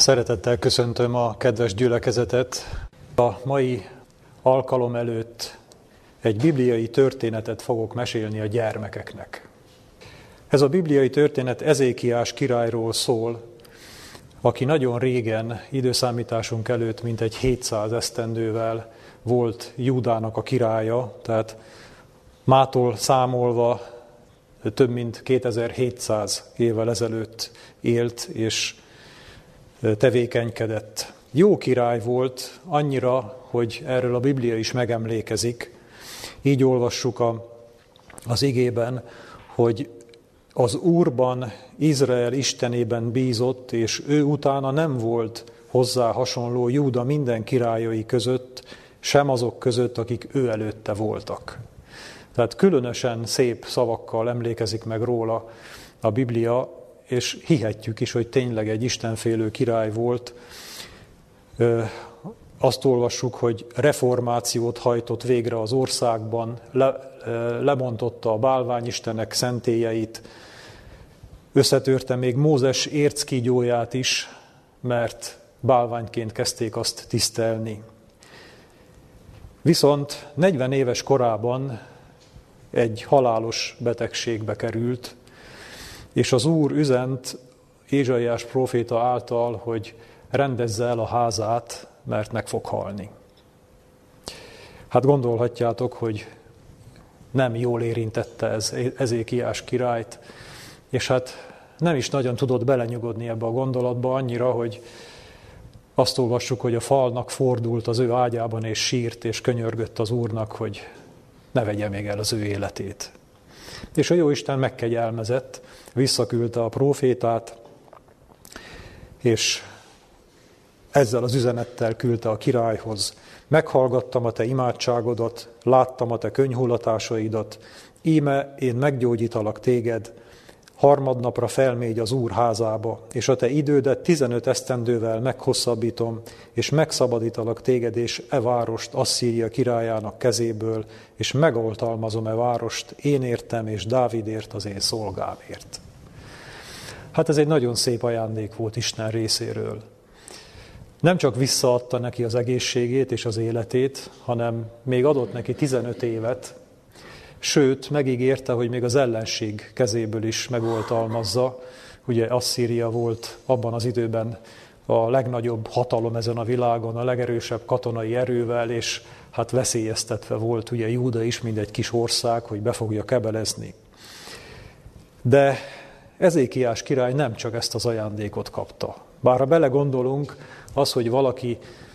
Szeretettel köszöntöm a kedves gyülekezetet. A mai alkalom előtt egy bibliai történetet fogok mesélni a gyermekeknek. Ez a bibliai történet Ezékiás királyról szól, aki nagyon régen, időszámításunk előtt mintegy 700 esztendővel volt Júdának a királya, tehát mától számolva több mint 2700 évvel ezelőtt élt és tevékenykedett. Jó király volt, annyira, hogy erről a Biblia is megemlékezik. Így olvassuk az igében, hogy az Úrban, Izrael Istenében bízott, és ő utána nem volt hozzá hasonló Júda minden királyai között, sem azok között, akik ő előtte voltak. Tehát különösen szép szavakkal emlékezik meg róla a Biblia, és hihetjük is, hogy tényleg egy istenfélő király volt. Azt olvassuk, hogy reformációt hajtott végre az országban, lebontotta a bálványistenek szentélyeit, összetörte még Mózes érckígyóját is, mert bálványként kezdték azt tisztelni. Viszont 40 éves korában egy halálos betegségbe került, és az Úr üzent Ézsaiás próféta által, hogy rendezze el a házát, mert meg fog halni. Hát gondolhatjátok, hogy nem jól érintette ez Ezékiás királyt, és hát nem is nagyon tudott belenyugodni ebbe a gondolatba annyira, hogy azt olvassuk, hogy a falnak fordult az ő ágyában, és sírt, és könyörgött az Úrnak, hogy ne vegye még el az ő életét. És a Jóisten megkegyelmezett, visszaküldte a prófétát, és ezzel az üzenettel küldte a királyhoz. Meghallgattam a te imádságodat, láttam a te könyhullatásaidat, íme én meggyógyítalak téged, harmadnapra felmégy az Úr házába, és a te idődet 15 esztendővel meghosszabbítom, és megszabadítalak téged és e várost Asszíria királyának kezéből, és megoltalmazom e várost én értem, és Dávidért, az én szolgámért. Hát ez egy nagyon szép ajándék volt Isten részéről. Nem csak visszaadta neki az egészségét és az életét, hanem még adott neki 15 évet, sőt, megígérte, hogy még az ellenség kezéből is megoltalmazza. Ugye Asszíria volt abban az időben a legnagyobb hatalom ezen a világon, a legerősebb katonai erővel, és hát veszélyeztetve volt ugye Júda is, mint egy kis ország, hogy be fogja kebelezni. De Ezékiás király nem csak ezt az ajándékot kapta. Bár ha belegondolunk, az, hogy valaki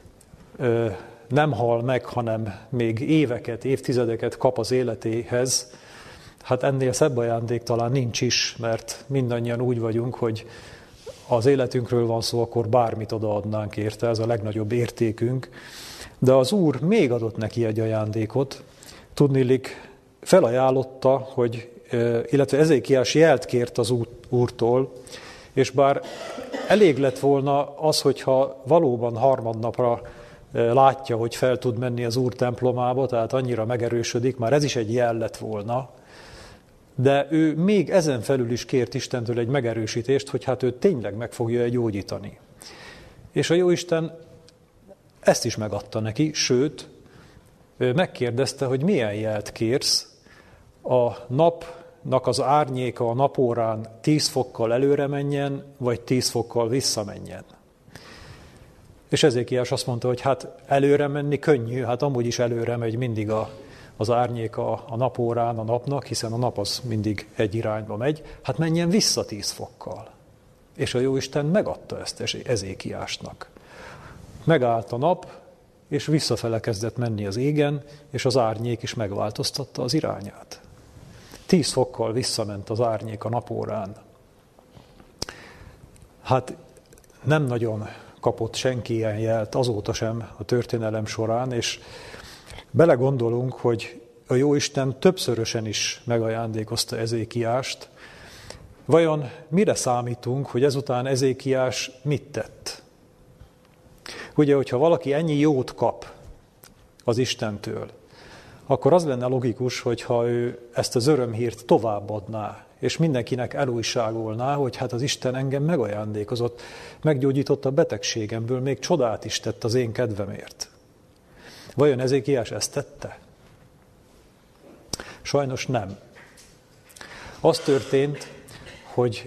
nem hal meg, hanem még éveket, évtizedeket kap az életéhez, hát ennél szebb ajándék talán nincs is, mert mindannyian úgy vagyunk, hogy az életünkről van szó, akkor bármit odaadnánk érte, ez a legnagyobb értékünk. De az Úr még adott neki egy ajándékot, tudniillik felajánlotta, hogy, illetve Ezékiás jelt kért az Úrtól, és bár elég lett volna az, hogyha valóban harmadnapra látja, hogy fel tud menni az Úr templomába, tehát annyira megerősödik, már ez is egy jel lett volna, de ő még ezen felül is kért Istentől egy megerősítést, hogy hát ő tényleg meg fogja gyógyítani. És a Jóisten ezt is megadta neki, sőt, megkérdezte, hogy milyen jelt kérsz, a napnak az árnyéka a napórán 10 fokkal előre menjen, vagy 10 fokkal visszamenjen. És Ezékiás azt mondta, hogy hát előre menni könnyű, hát amúgy is előre megy mindig az árnyéka a napórán a napnak, hiszen a nap az mindig egy irányba megy, hát menjen vissza 10 fokkal. És a Jóisten megadta ezt Ezékiásnak. Megállt a nap, és visszafele kezdett menni az égen, és az árnyék is megváltoztatta az irányát. 10 fokkal visszament az árnyék a napórán. Hát nem nagyon kapott senki ilyen jelt azóta sem a történelem során, és belegondolunk, hogy a Jóisten többszörösen is megajándékozta Ezékiást. Vajon mire számítunk, hogy ezután Ezékiás mit tett? Ugye, hogyha valaki ennyi jót kap az Istentől, akkor az lenne logikus, hogyha ő ezt az örömhírt továbbadná, és mindenkinek elújságolná, hogy hát az Isten engem megajándékozott, meggyógyított a betegségemből, még csodát is tett az én kedvemért. Vajon Ezékiás ezt tette? Sajnos nem. Az történt, hogy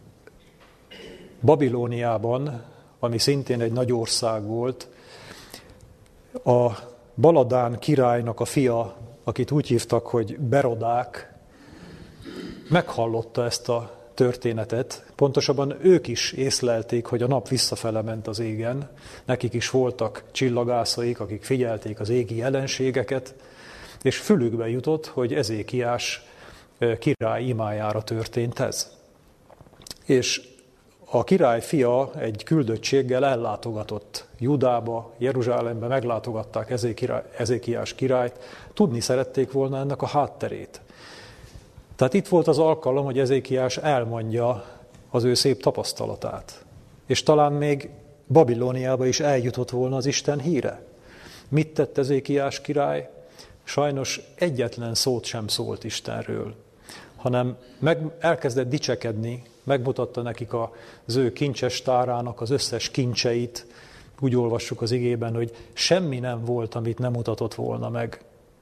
Babilóniában, ami szintén egy nagy ország volt, a Baladán királynak a fia, akit úgy hívtak, hogy Berodák, meghallotta ezt a történetet. Pontosabban ők is észlelték, hogy a nap visszafele ment az égen. Nekik is voltak csillagászaik, akik figyelték az égi jelenségeket, és fülükbe jutott, hogy Ezékiás király imájára történt ez. És a király fia egy küldöttséggel ellátogatott Judába, Jeruzsálembe, meglátogatták Ezékiás királyt, tudni szerették volna ennek a hátterét. Tehát itt volt az alkalom, hogy Ezékiás elmondja az ő szép tapasztalatát. És talán még Babilóniába is eljutott volna az Isten híre. Mit tett Ezékiás király? Sajnos egyetlen szót sem szólt Istenről, hanem elkezdett dicsekedni, megmutatta nekik az ő kincses tárának az összes kincseit. Úgy olvassuk az igében, hogy semmi nem volt, amit nem mutatott volna meg.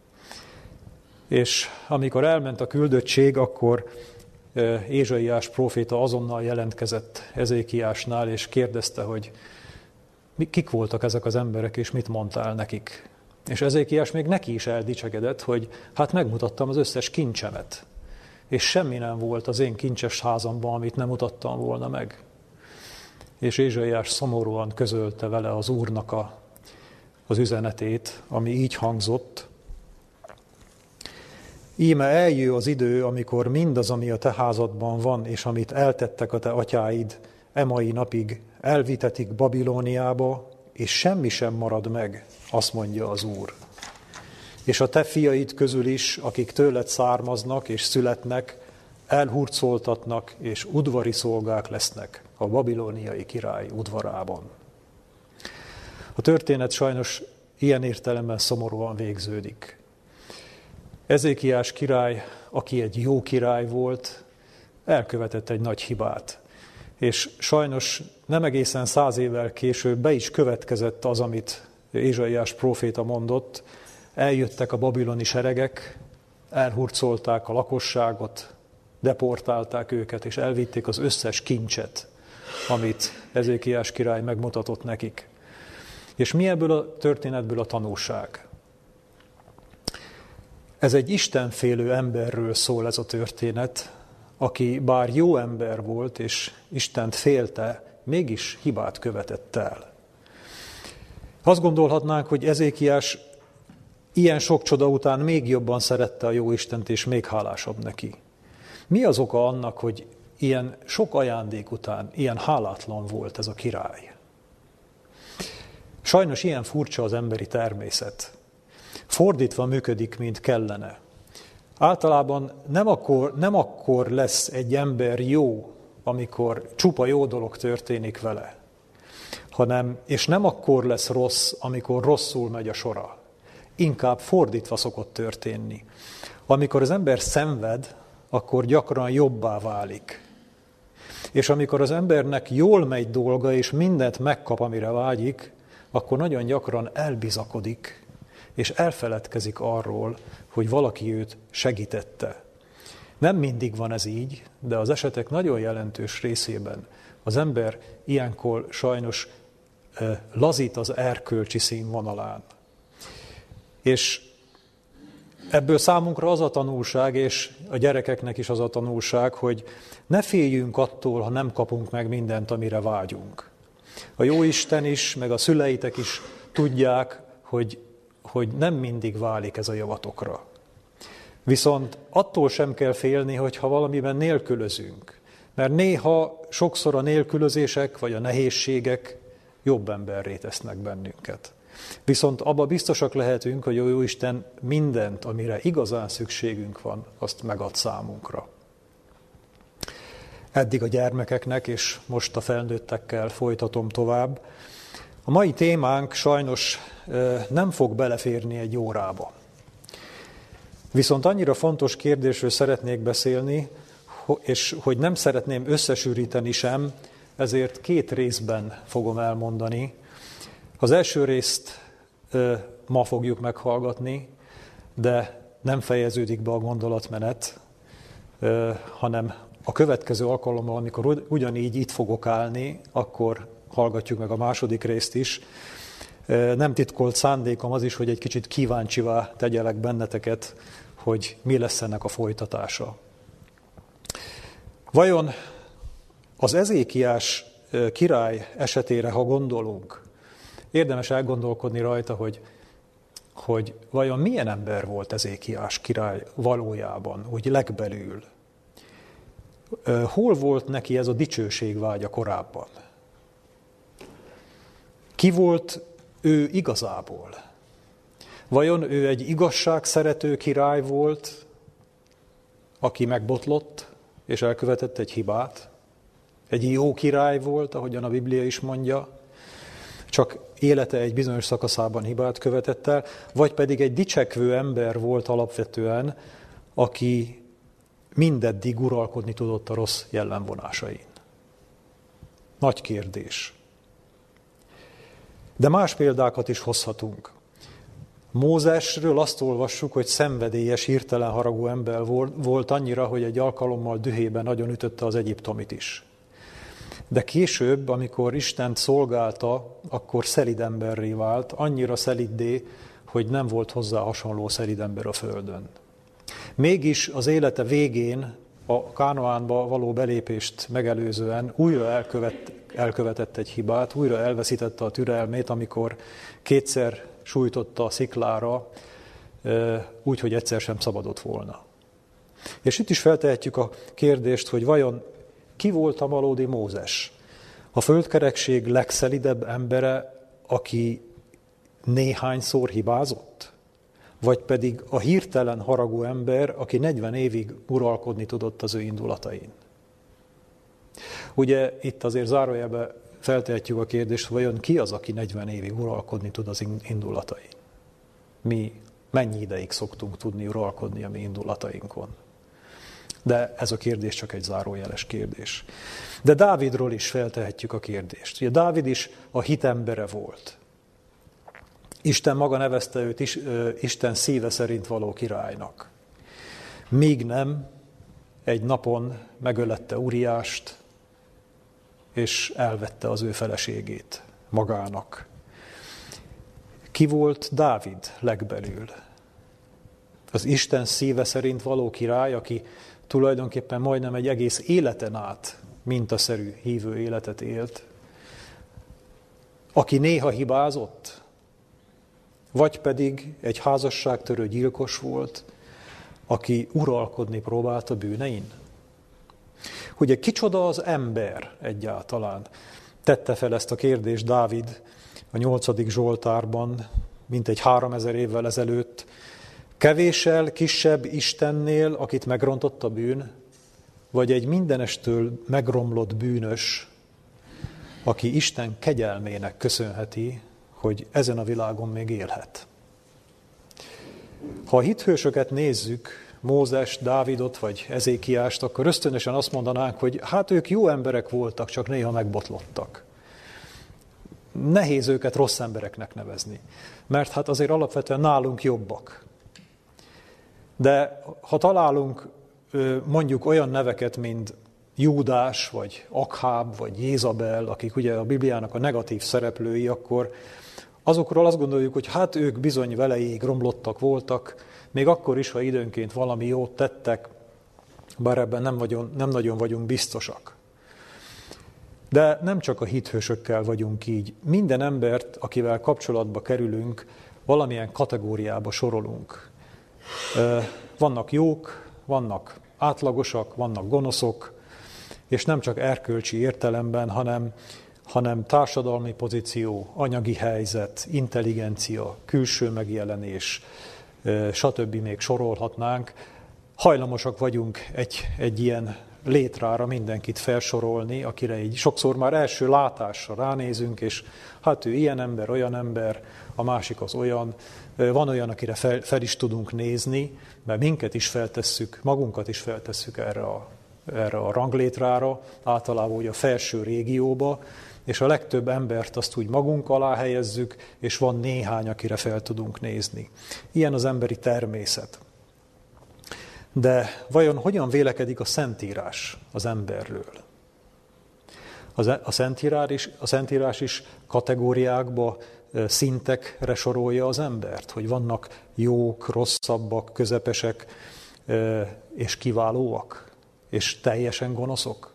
És amikor elment a küldöttség, akkor Ézsaiás próféta azonnal jelentkezett Ezékiásnál, és kérdezte, hogy kik voltak ezek az emberek, és mit mondtál nekik. És Ezékiás még neki is eldicsekedett, hogy hát megmutattam az összes kincsemet, és semmi nem volt az én kincses házamban, amit nem mutattam volna meg. És Ézsaiás szomorúan közölte vele az Úrnak az üzenetét, ami így hangzott: Íme eljő az idő, amikor mindaz, ami a te házadban van, és amit eltettek a te atyáid, mai napig elvitetik Babilóniába, és semmi sem marad meg, azt mondja az Úr. És a te fiaid közül is, akik tőled származnak és születnek, elhurcoltatnak, és udvari szolgák lesznek a babilóniai király udvarában. A történet sajnos ilyen értelemben szomorúan végződik. Ezékiás király, aki egy jó király volt, elkövetett egy nagy hibát. És sajnos nem egészen 100 évvel később be is következett az, amit Ézsaiás próféta mondott. Eljöttek a babiloni seregek, elhurcolták a lakosságot, deportálták őket, és elvitték az összes kincset, amit Ezékiás király megmutatott nekik. És mi ebből a történetből a tanúság? Ez egy istenfélő emberről szól ez a történet, aki bár jó ember volt, és Istent félte, mégis hibát követett el. Azt gondolhatnánk, hogy Ezékiás ilyen sok csoda után még jobban szerette a jó Istent, és még hálásabb neki. Mi az oka annak, hogy ilyen sok ajándék után ilyen hálátlan volt ez a király? Sajnos ilyen furcsa az emberi természet. Fordítva működik, mint kellene. Általában nem akkor lesz egy ember jó, amikor csupa jó dolog történik vele, és nem akkor lesz rossz, amikor rosszul megy a sora. Inkább fordítva szokott történni. Amikor az ember szenved, akkor gyakran jobbá válik. És amikor az embernek jól megy dolga, és mindent megkap, amire vágyik, akkor nagyon gyakran elbizakodik, és elfeledkezik arról, hogy valaki őt segítette. Nem mindig van ez így, de az esetek nagyon jelentős részében az ember ilyenkor sajnos lazít az erkölcsi színvonalán. És ebből számunkra az a tanulság, és a gyerekeknek is az a tanulság, hogy ne féljünk attól, ha nem kapunk meg mindent, amire vágyunk. A Jóisten is, meg a szüleitek is tudják, hogy nem mindig válik ez a javatokra. Viszont attól sem kell félni, hogyha valamiben nélkülözünk. Mert néha, sokszor a nélkülözések vagy a nehézségek jobb emberré tesznek bennünket. Viszont abba biztosak lehetünk, hogy a Jóisten mindent, amire igazán szükségünk van, azt megad számunkra. Eddig a gyermekeknek, és most a felnőttekkel folytatom tovább. A mai témánk sajnos nem fog beleférni egy órába. Viszont annyira fontos kérdésről szeretnék beszélni, és hogy nem szeretném összesűríteni sem, ezért 2 részben fogom elmondani. Az első részt ma fogjuk meghallgatni, de nem fejeződik be a gondolatmenet, hanem a következő alkalommal, amikor ugyanígy itt fogok állni, akkor hallgatjuk meg a második részt is. Nem titkolt szándékom az is, hogy egy kicsit kíváncsivá tegyelek benneteket, hogy mi lesz ennek a folytatása. Vajon az Ezékiás király esetére, ha gondolunk, érdemes elgondolkodni rajta, hogy vajon milyen ember volt Ezékiás király valójában, úgy legbelül. Hol volt neki ez a dicsőségvágya korábban? Ki volt ő igazából? Vajon ő egy igazságszerető király volt, aki megbotlott és elkövetett egy hibát? Egy jó király volt, ahogyan a Biblia is mondja, csak élete egy bizonyos szakaszában hibát követett el, vagy pedig egy dicsekvő ember volt alapvetően, aki mindeddig uralkodni tudott a rossz jellemvonásain. Nagy kérdés. De más példákat is hozhatunk. Mózesről azt olvassuk, hogy szenvedélyes, hirtelen haragú ember volt annyira, hogy egy alkalommal dühében nagyon ütötte az egyiptomit is. De később, amikor Istent szolgálta, akkor szelíd emberré vált, annyira szeliddé, hogy nem volt hozzá hasonló szelíd ember a földön. Mégis az élete végén, a Kánaánba való belépést megelőzően újra elkövetett egy hibát, újra elveszítette a türelmét, amikor 2-szer sújtotta a sziklára, úgy, hogy egyszer sem szabadott volna. És itt is feltehetjük a kérdést, hogy vajon ki volt a valódi Mózes? A földkerekség legszelidebb embere, aki néhányszor hibázott? Vagy pedig a hirtelen haragú ember, aki 40 évig uralkodni tudott az ő indulatain? Ugye itt azért zárójelbe feltehetjük a kérdést, vajon ki az, aki 40 évig uralkodni tud az indulatain? Mi mennyi ideig szoktunk tudni uralkodni a mi indulatainkon? De ez a kérdés csak egy zárójeles kérdés. De Dávidról is feltehetjük a kérdést. Ugye Dávid is a hit embere volt. Isten maga nevezte őt is, Isten szíve szerint való királynak. Míg nem, egy napon megölette Uriást, és elvette az ő feleségét magának. Ki volt Dávid legbelül? Az Isten szíve szerint való király, aki tulajdonképpen majdnem egy egész életen át mintaszerű hívő életet élt, aki néha hibázott, vagy pedig egy házasságtörő gyilkos volt, aki uralkodni próbált a bűnein. Ugye kicsoda az ember egyáltalán? Tette fel ezt a kérdést Dávid a 8. Zsoltárban, mintegy 3000 évvel ezelőtt. Kevéssel kisebb Istennél, akit megrontott a bűn, vagy egy mindenestől megromlott bűnös, aki Isten kegyelmének köszönheti, hogy ezen a világon még élhet. Ha a hithősöket nézzük, Mózes, Dávidot vagy Ezékiást, akkor ösztönösen azt mondanánk, hogy hát ők jó emberek voltak, csak néha megbotlottak. Nehéz őket rossz embereknek nevezni, mert hát azért alapvetően nálunk jobbak. De ha találunk mondjuk olyan neveket, mint Júdás, vagy Akháb, vagy Jézabel, akik ugye a Bibliának a negatív szereplői, akkor azokról azt gondoljuk, hogy hát ők bizony veleig romlottak voltak, még akkor is, ha időnként valami jót tettek, bár ebben nem nagyon vagyunk biztosak. De nem csak a hithősökkel vagyunk így. Minden embert, akivel kapcsolatba kerülünk, valamilyen kategóriába sorolunk. Vannak jók, vannak átlagosak, vannak gonoszok, és nem csak erkölcsi értelemben, hanem társadalmi pozíció, anyagi helyzet, intelligencia, külső megjelenés, stb. Még sorolhatnánk. Hajlamosak vagyunk egy ilyen létrára mindenkit felsorolni, akire így sokszor már első látásra ránézünk, és hát ő ilyen ember, olyan ember, a másik az olyan. Van olyan, akire fel is tudunk nézni, mert minket is feltesszük, magunkat is feltesszük erre a ranglétrára, általában ugye a felső régióba, és a legtöbb embert azt úgy magunk alá helyezzük, és van néhány, akire fel tudunk nézni. Ilyen az emberi természet. De vajon hogyan vélekedik a Szentírás az emberről? A Szentírás is kategóriákba, szintekre sorolja az embert, hogy vannak jók, rosszabbak, közepesek és kiválóak, és teljesen gonoszok.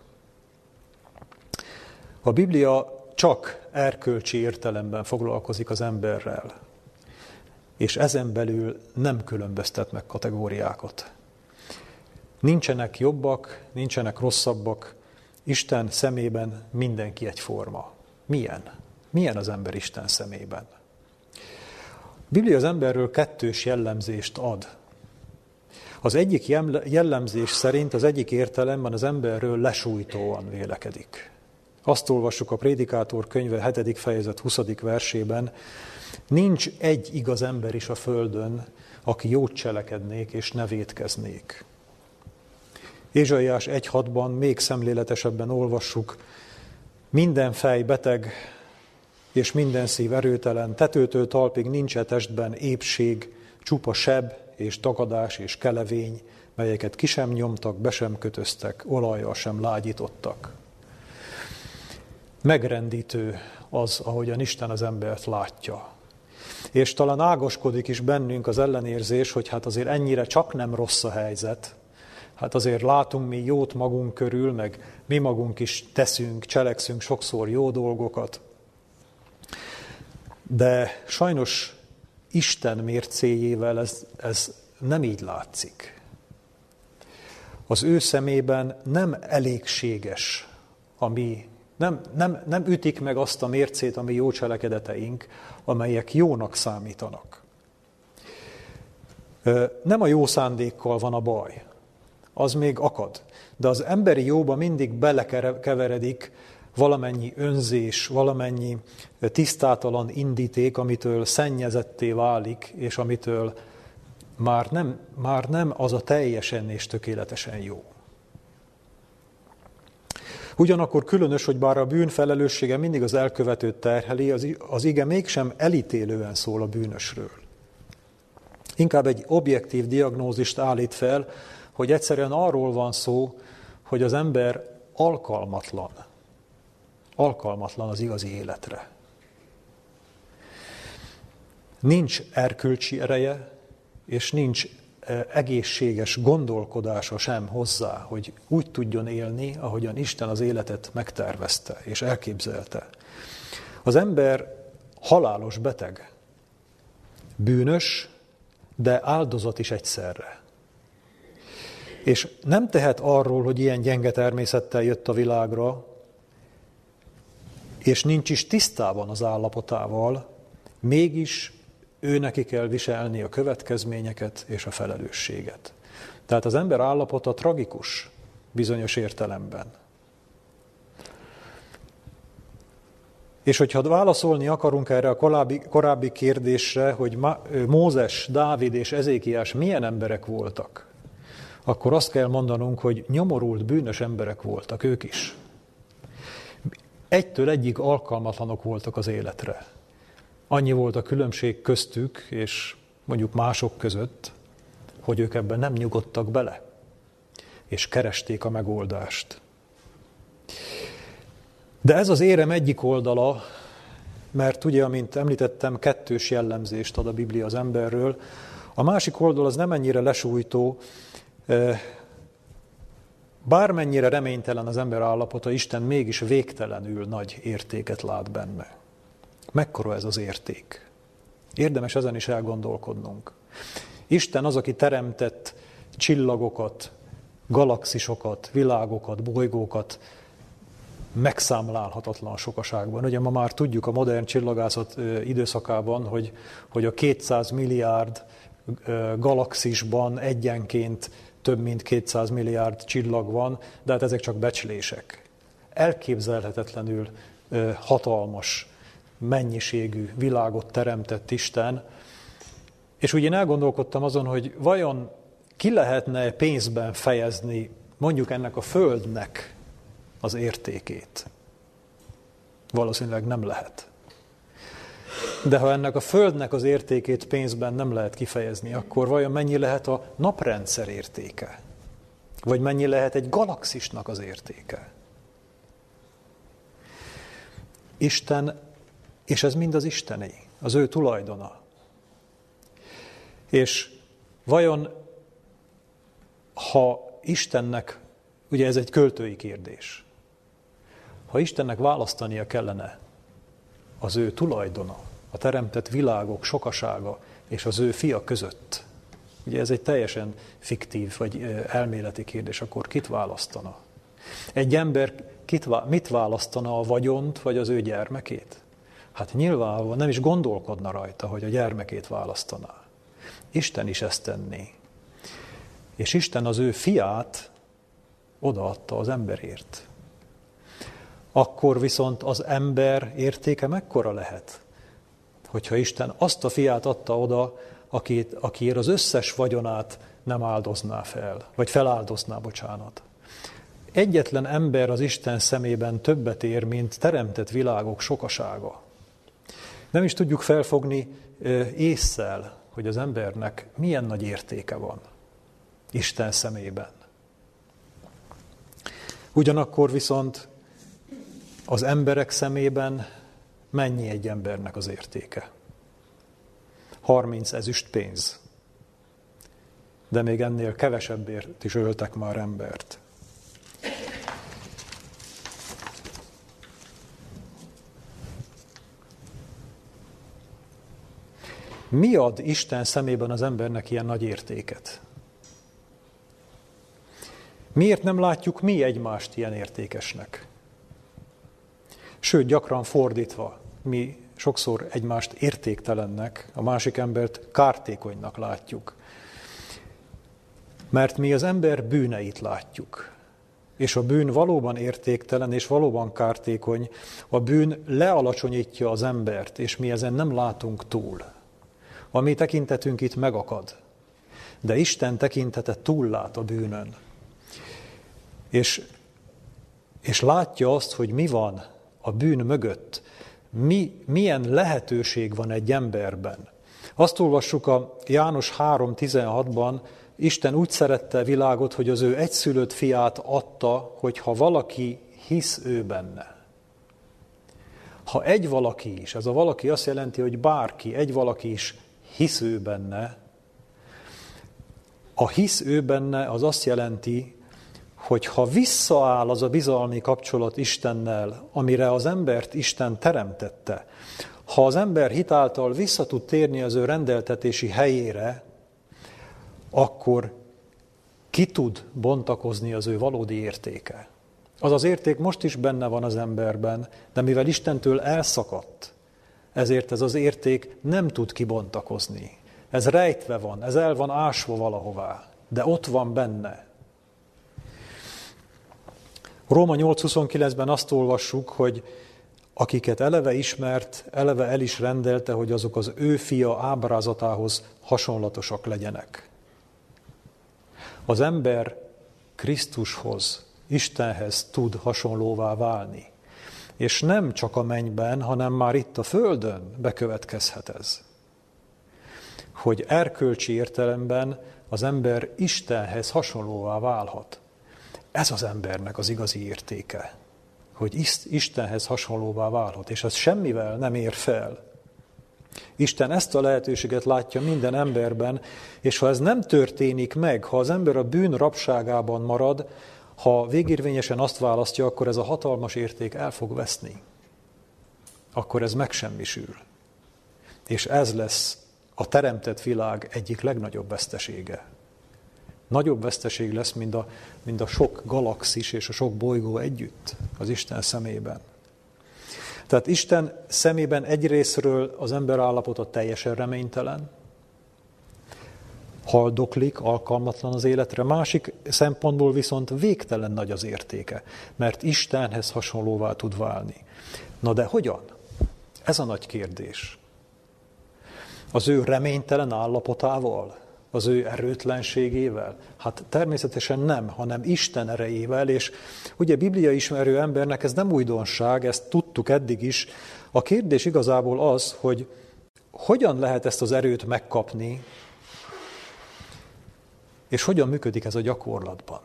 A Biblia csak erkölcsi értelemben foglalkozik az emberrel, és ezen belül nem különböztet meg kategóriákat. Nincsenek jobbak, nincsenek rosszabbak, Isten szemében mindenki egyforma. Milyen? Milyen az ember Isten szemében? A Biblia az emberről kettős jellemzést ad. Az egyik jellemzés szerint, az egyik értelemben az emberről lesújtóan vélekedik. Azt olvassuk a Prédikátor könyve 7. fejezet 20. versében, nincs egy igaz ember is a földön, aki jót cselekednék és ne vétkeznék. Ézsaiás 1.6-ban még szemléletesebben olvassuk, minden fej beteg, és minden szív erőtelen, tetőtől talpig nincs e testben épség, csupa seb és tagadás és kelevény, melyeket ki sem nyomtak, be sem kötöztek, olajjal sem lágyítottak. Megrendítő az, ahogyan Isten az embert látja. És talán ágaskodik is bennünk az ellenérzés, hogy hát azért ennyire csak nem rossz a helyzet, hát azért látunk mi jót magunk körül, meg mi magunk is teszünk, cselekszünk sokszor jó dolgokat. De sajnos Isten mércéjével ez nem így látszik. Az ő szemében nem elégséges, nem ütik meg azt a mércét, a mi jó cselekedeteink, amelyek jónak számítanak. Nem a jó szándékkal van a baj, az még akad, de az emberi jóba mindig belekeveredik valamennyi önzés, valamennyi tisztátalan indíték, amitől szennyezetté válik, és amitől már nem az a teljesen és tökéletesen jó. Ugyanakkor különös, hogy bár a bűn felelőssége mindig az elkövetőt terheli, az ige mégsem elítélően szól a bűnösről. Inkább egy objektív diagnózist állít fel, hogy egyszerűen arról van szó, hogy az ember alkalmatlan az igazi életre. Nincs erkölcsi ereje, és nincs egészséges gondolkodása sem hozzá, hogy úgy tudjon élni, ahogyan Isten az életet megtervezte és elképzelte. Az ember halálos beteg, bűnös, de áldozat is egyszerre. És nem tehet arról, hogy ilyen gyenge természettel jött a világra, és nincs is tisztában az állapotával, mégis ő neki kell viselni a következményeket és a felelősséget. Tehát az ember állapota tragikus bizonyos értelemben. És hogyha válaszolni akarunk erre a korábbi kérdésre, hogy Mózes, Dávid és Ezékiás milyen emberek voltak, akkor azt kell mondanunk, hogy nyomorult, bűnös emberek voltak ők is. Egytől egyig alkalmatlanok voltak az életre. Annyi volt a különbség köztük, és mondjuk mások között, hogy ők ebben nem nyugodtak bele, és keresték a megoldást. De ez az érem egyik oldala, mert ugye, amint említettem, kettős jellemzést ad a Biblia az emberről. A másik oldal az nem ennyire lesújtó, bármennyire reménytelen az ember állapota, Isten mégis végtelenül nagy értéket lát benne. Mekkora ez az érték? Érdemes ezen is elgondolkodnunk. Isten az, aki teremtett csillagokat, galaxisokat, világokat, bolygókat megszámlálhatatlan sokaságban. Ugye ma már tudjuk a modern csillagászat időszakában, hogy a 200 milliárd galaxisban egyenként több mint 200 milliárd csillag van, de hát ezek csak becslések. Elképzelhetetlenül hatalmas mennyiségű világot teremtett Isten, és úgy én elgondolkodtam azon, hogy vajon ki lehetne pénzben fejezni mondjuk ennek a Földnek az értékét? Valószínűleg nem lehet. De ha ennek a Földnek az értékét pénzben nem lehet kifejezni, akkor vajon mennyi lehet a naprendszer értéke? Vagy mennyi lehet egy galaxisnak az értéke? Isten, és ez mind az Istené, az ő tulajdona. És vajon, ha Istennek, ugye ez egy költői kérdés, ha Istennek választania kellene az ő tulajdona, a teremtett világok sokasága és az ő fia között, ugye ez egy teljesen fiktív vagy elméleti kérdés, akkor kit választana? Egy ember mit választana, a vagyont vagy az ő gyermekét? Hát nyilvánvalóan nem is gondolkodna rajta, hogy a gyermekét választaná. Isten is ezt tenné. És Isten az ő fiát odaadta az emberért. Akkor viszont az ember értéke mekkora lehet? Hogyha Isten azt a fiát adta oda, akiért az összes vagyonát nem áldozná fel, vagy feláldozná, bocsánat. Egyetlen ember az Isten szemében többet ér, mint teremtett világok sokasága. Nem is tudjuk felfogni ésszel, hogy az embernek milyen nagy értéke van Isten szemében. Ugyanakkor viszont az emberek szemében mennyi egy embernek az értéke? 30 ezüstpénz. De még ennél kevesebbért is öltek már embert. Mi ad Isten szemében az embernek ilyen nagy értéket? Miért nem látjuk mi egymást ilyen értékesnek? Sőt, gyakran fordítva, mi sokszor egymást értéktelennek, a másik embert kártékonynak látjuk. Mert mi az ember bűneit látjuk. És a bűn valóban értéktelen és valóban kártékony, a bűn lealacsonyítja az embert, és mi ezen nem látunk túl. A mi tekintetünk itt megakad, de Isten tekintete túllát a bűnön. És látja azt, hogy mi van a bűn mögött, milyen lehetőség van egy emberben. Azt olvassuk a János 3:16-ban, Isten úgy szerette a világot, hogy az ő egyszülött fiát adta, hogyha valaki hisz ő benne. Ha egy valaki is, ez a valaki azt jelenti, hogy bárki, egy valaki is hisz ő benne, a hisz ő benne az azt jelenti, hogy ha visszaáll az a bizalmi kapcsolat Istennel, amire az embert Isten teremtette, ha az ember hitáltal vissza tud térni az ő rendeltetési helyére, akkor ki tud bontakozni az ő valódi értéke. Az az érték most is benne van az emberben, de mivel Istentől elszakadt, ezért ez az érték nem tud kibontakozni. Ez rejtve van, ez el van ásva valahová, de ott van benne. Róma 8:29-ben azt olvassuk, hogy akiket eleve ismert, eleve el is rendelte, hogy azok az ő fia ábrázatához hasonlatosak legyenek. Az ember Krisztushoz, Istenhez tud hasonlóvá válni. És nem csak a mennyben, hanem már itt a földön bekövetkezhet ez. Hogy erkölcsi értelemben az ember Istenhez hasonlóvá válhat. Ez az embernek az igazi értéke, hogy Istenhez hasonlóvá válhat, és ez semmivel nem ér fel. Isten ezt a lehetőséget látja minden emberben, és ha ez nem történik meg, ha az ember a bűn rabságában marad, ha végérvényesen azt választja, akkor ez a hatalmas érték el fog veszni. Akkor ez megsemmisül. És ez lesz a teremtett világ egyik legnagyobb vesztesége. Nagyobb veszteség lesz, mint a sok galaxis és a sok bolygó együtt az Isten szemében. Tehát Isten szemében egyrészről az ember állapota teljesen reménytelen, haldoklik, alkalmatlan az életre, másik szempontból viszont végtelen nagy az értéke, mert Istenhez hasonlóvá tud válni. Na de hogyan? Ez a nagy kérdés. Az ő reménytelen állapotával? Az ő erőtlenségével? Hát természetesen nem, hanem Isten erejével, és ugye Biblia ismerő embernek ez nem újdonság, ezt tudtuk eddig is. A kérdés igazából az, hogy hogyan lehet ezt az erőt megkapni, és hogyan működik ez a gyakorlatban.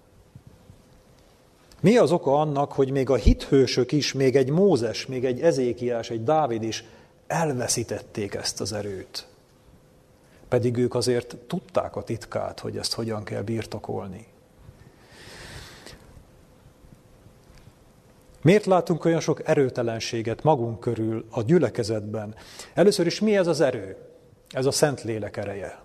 Mi az oka annak, hogy még a hithősök is, még egy Mózes, még egy Ezékiás, egy Dávid is elveszítették ezt az erőt. Pedig ők azért tudták a titkát, hogy ezt hogyan kell birtokolni. Miért látunk olyan sok erőtelenséget magunk körül a gyülekezetben? Először is mi ez az erő? Ez a Szentlélek ereje.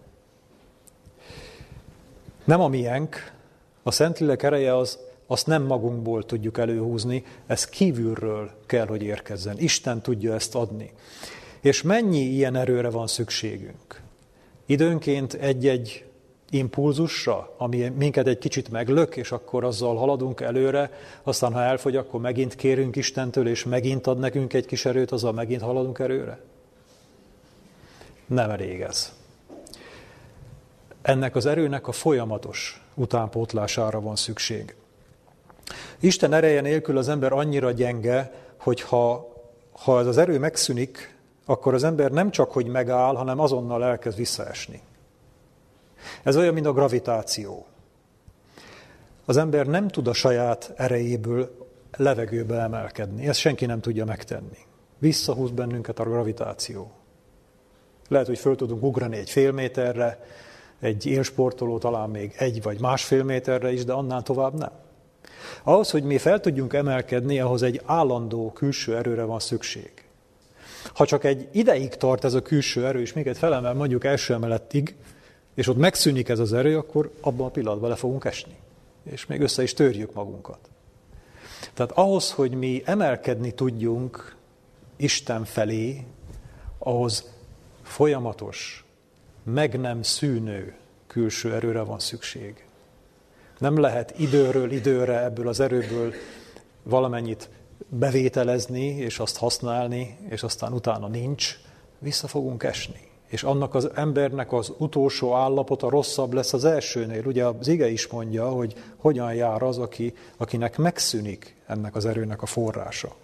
Nem a miénk, a Szentlélek ereje azt nem magunkból tudjuk előhúzni, ez kívülről kell, hogy érkezzen. Isten tudja ezt adni. És mennyi ilyen erőre van szükségünk? Időnként egy-egy impulzusra, ami minket egy kicsit meglök, és akkor azzal haladunk előre, aztán ha elfogy, akkor megint kérünk Istentől, és megint ad nekünk egy kis erőt, azzal megint haladunk előre? Nem elég ez. Ennek az erőnek a folyamatos utánpótlására van szükség. Isten ereje nélkül az ember annyira gyenge, hogy ha ez az erő megszűnik, akkor az ember nem csak, hogy megáll, hanem azonnal elkezd visszaesni. Ez olyan, mint a gravitáció. Az ember nem tud a saját erejéből levegőbe emelkedni. Ezt senki nem tudja megtenni. Visszahúz bennünket a gravitáció. Lehet, hogy föl tudunk ugrani egy fél méterre, egy élsportoló talán még 1 vagy 1,5 méterre is, de annál tovább nem. Ahhoz, hogy mi fel tudjunk emelkedni, ahhoz egy állandó külső erőre van szükség. Ha csak egy ideig tart ez a külső erő, és minket felemel mondjuk első emelettig, és ott megszűnik ez az erő, akkor abban a pillanatban le fogunk esni. És még össze is törjük magunkat. Tehát ahhoz, hogy mi emelkedni tudjunk Isten felé, ahhoz folyamatos, meg nem szűnő külső erőre van szükség. Nem lehet időről időre ebből az erőből valamennyit bevételezni, és azt használni, és aztán utána nincs, vissza fogunk esni. És annak az embernek az utolsó állapota rosszabb lesz az elsőnél. Ugye az ige is mondja, hogy hogyan jár az, akinek megszűnik ennek az erőnek a forrása.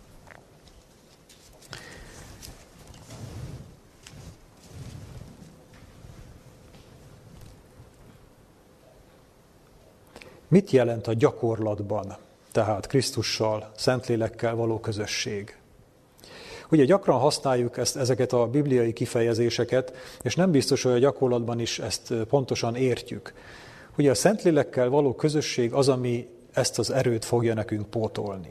Mit jelent a gyakorlatban, tehát Krisztussal, Szentlélekkel való közösség? Ugye gyakran használjuk ezeket a bibliai kifejezéseket, és nem biztos, hogy a gyakorlatban is ezt pontosan értjük. Ugye a Szentlélekkel való közösség az, ami ezt az erőt fogja nekünk pótolni.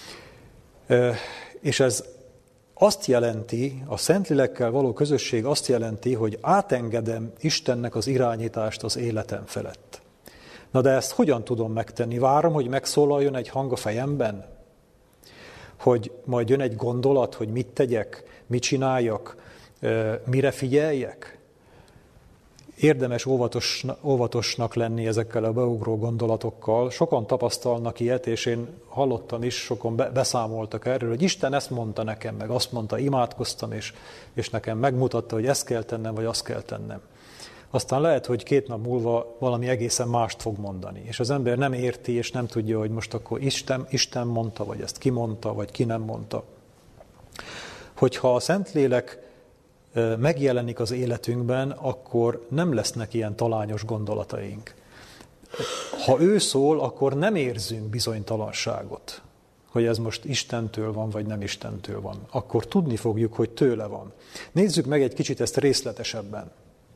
És ez azt jelenti, a Szentlélekkel való közösség azt jelenti, hogy átengedem Istennek az irányítást az életem felett. Na de ezt hogyan tudom megtenni? Várom, hogy megszólaljon egy hang a fejemben? Hogy majd jön egy gondolat, hogy mit tegyek, mit csináljak, mire figyeljek? Érdemes óvatosnak lenni ezekkel a beugró gondolatokkal. Sokan tapasztalnak ilyet, és én hallottam is, sokan beszámoltak erről, hogy Isten ezt mondta nekem, meg azt mondta, imádkoztam, és nekem megmutatta, hogy ezt kell tennem, vagy azt kell tennem. Aztán lehet, hogy 2 nap múlva valami egészen mást fog mondani, és az ember nem érti, és nem tudja, hogy most akkor Isten mondta, vagy ezt ki mondta, vagy ki nem mondta. Hogyha a Szentlélek megjelenik az életünkben, akkor nem lesznek ilyen talányos gondolataink. Ha ő szól, akkor nem érzünk bizonytalanságot, hogy ez most Istentől van, vagy nem Istentől van. Akkor tudni fogjuk, hogy tőle van. Nézzük meg egy kicsit ezt részletesebben.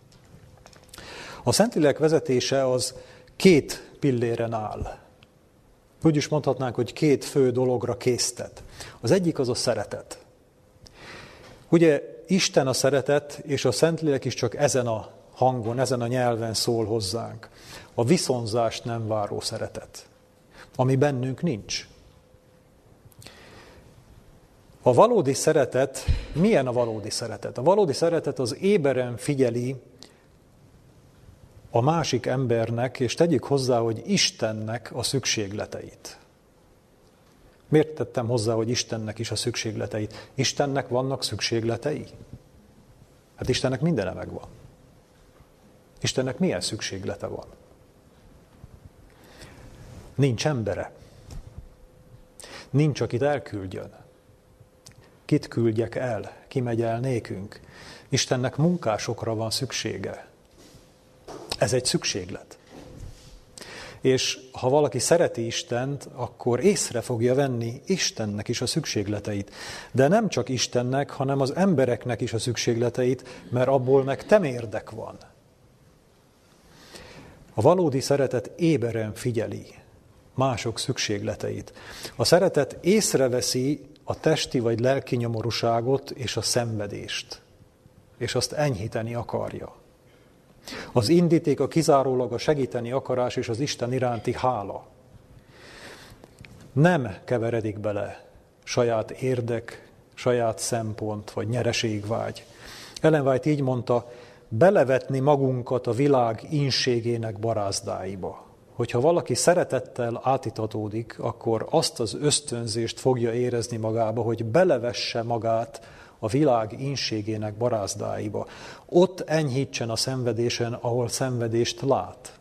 A Szentlélek vezetése az 2 pilléren áll. Úgy is mondhatnánk, hogy 2 fő dologra késztet. Az egyik az a szeretet. Ugye Isten a szeretet, és a Szentlélek is csak ezen a hangon, ezen a nyelven szól hozzánk. A viszonzást nem váró szeretet, ami bennünk nincs. A valódi szeretet, milyen a valódi szeretet? A valódi szeretet az éberen figyeli a másik embernek, és tegyük hozzá, hogy Istennek a szükségleteit. Miért tettem hozzá, hogy Istennek is a szükségleteit? Istennek vannak szükségletei? Hát Istennek mindene megvan. Istennek milyen szükséglete van? Nincs embere. Nincs, akit elküldjön. Kit küldjek el? Ki megy el nékünk? Istennek munkásokra van szüksége. Ez egy szükséglet. És ha valaki szereti Istent, akkor észre fogja venni Istennek is a szükségleteit. De nem csak Istennek, hanem az embereknek is a szükségleteit, mert abból meg temérdek van. A valódi szeretet éberen figyeli mások szükségleteit. A szeretet észreveszi a testi vagy lelki nyomorúságot és a szenvedést, és azt enyhíteni akarja. Az indíték a kizárólag a segíteni akarás és az Isten iránti hála. Nem keveredik bele saját érdek, saját szempont vagy nyereségvágy. Ellen White így mondta, belevetni magunkat a világ ínségének barázdáiba. Hogyha valaki szeretettel átitatódik, akkor azt az ösztönzést fogja érezni magába, hogy belevesse magát a világ ínségének barázdáiba. Ott enyhítsen a szenvedésen, ahol szenvedést lát.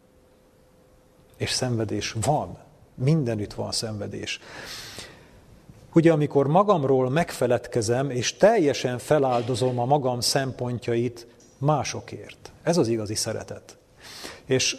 És szenvedés van. Mindenütt van szenvedés. Ugye, amikor magamról megfeledkezem, és teljesen feláldozom a magam szempontjait másokért. Ez az igazi szeretet. És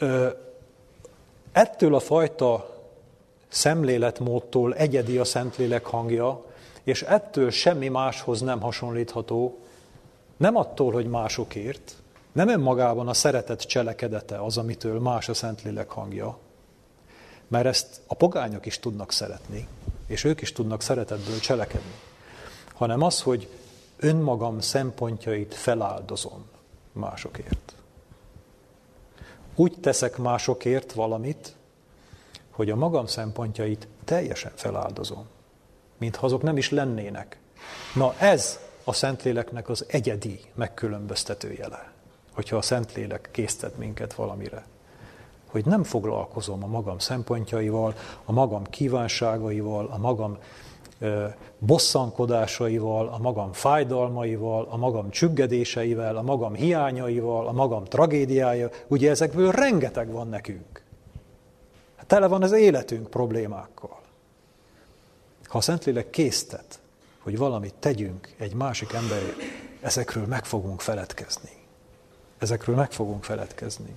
ettől a fajta szemléletmódtól egyedi a Szentlélek hangja, és ettől semmi máshoz nem hasonlítható, nem attól, hogy másokért, nem önmagában a szeretet cselekedete az, amitől más a Szentlélek hangja, mert ezt a pogányok is tudnak szeretni, és ők is tudnak szeretetből cselekedni, hanem az, hogy önmagam szempontjait feláldozom másokért. Úgy teszek másokért valamit, hogy a magam szempontjait teljesen feláldozom, mintha azok nem is lennének. Na ez a Szentléleknek az egyedi megkülönböztető jele, hogyha a Szentlélek késztet minket valamire. Hogy nem foglalkozom a magam szempontjaival, a magam kívánságaival, a magam bosszankodásaival, a magam fájdalmaival, a magam csüggedéseivel, a magam hiányaival, a magam tragédiája. Ugye ezekből rengeteg van nekünk. Tele van az életünk problémákkal. Ha a Szentlélek késztet, hogy valamit tegyünk egy másik emberért, ezekről meg fogunk feledkezni. Ezekről meg fogunk feledkezni.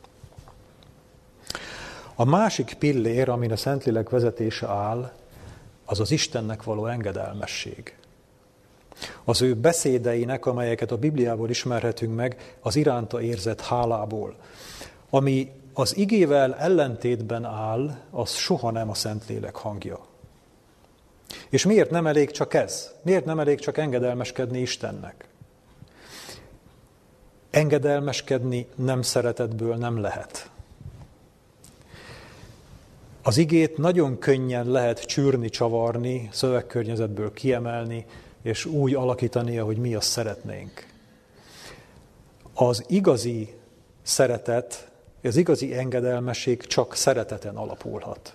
A másik pillér, amin a Szentlélek vezetése áll, az az Istennek való engedelmesség. Az ő beszédeinek, amelyeket a Bibliából ismerhetünk meg, az iránta érzett hálából. Ami az igével ellentétben áll, az soha nem a Szentlélek hangja. És miért nem elég csak ez? Miért nem elég csak engedelmeskedni Istennek? Engedelmeskedni nem szeretetből nem lehet. Az igét nagyon könnyen lehet csűrni, csavarni, szövegkörnyezetből kiemelni, és úgy alakítani, ahogy mi azt szeretnénk. Az igazi szeretet, az igazi engedelmesség csak szereteten alapulhat.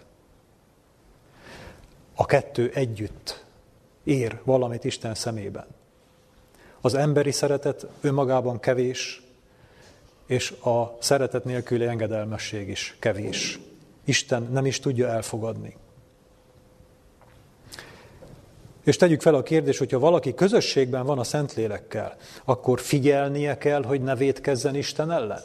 A kettő együtt ér valamit Isten szemében. Az emberi szeretet önmagában kevés, és a szeretet nélküli engedelmesség is kevés. Isten nem is tudja elfogadni. És tegyük fel a kérdést, hogyha valaki közösségben van a Szentlélekkel, akkor figyelnie kell, hogy ne vétkezzen Isten ellen?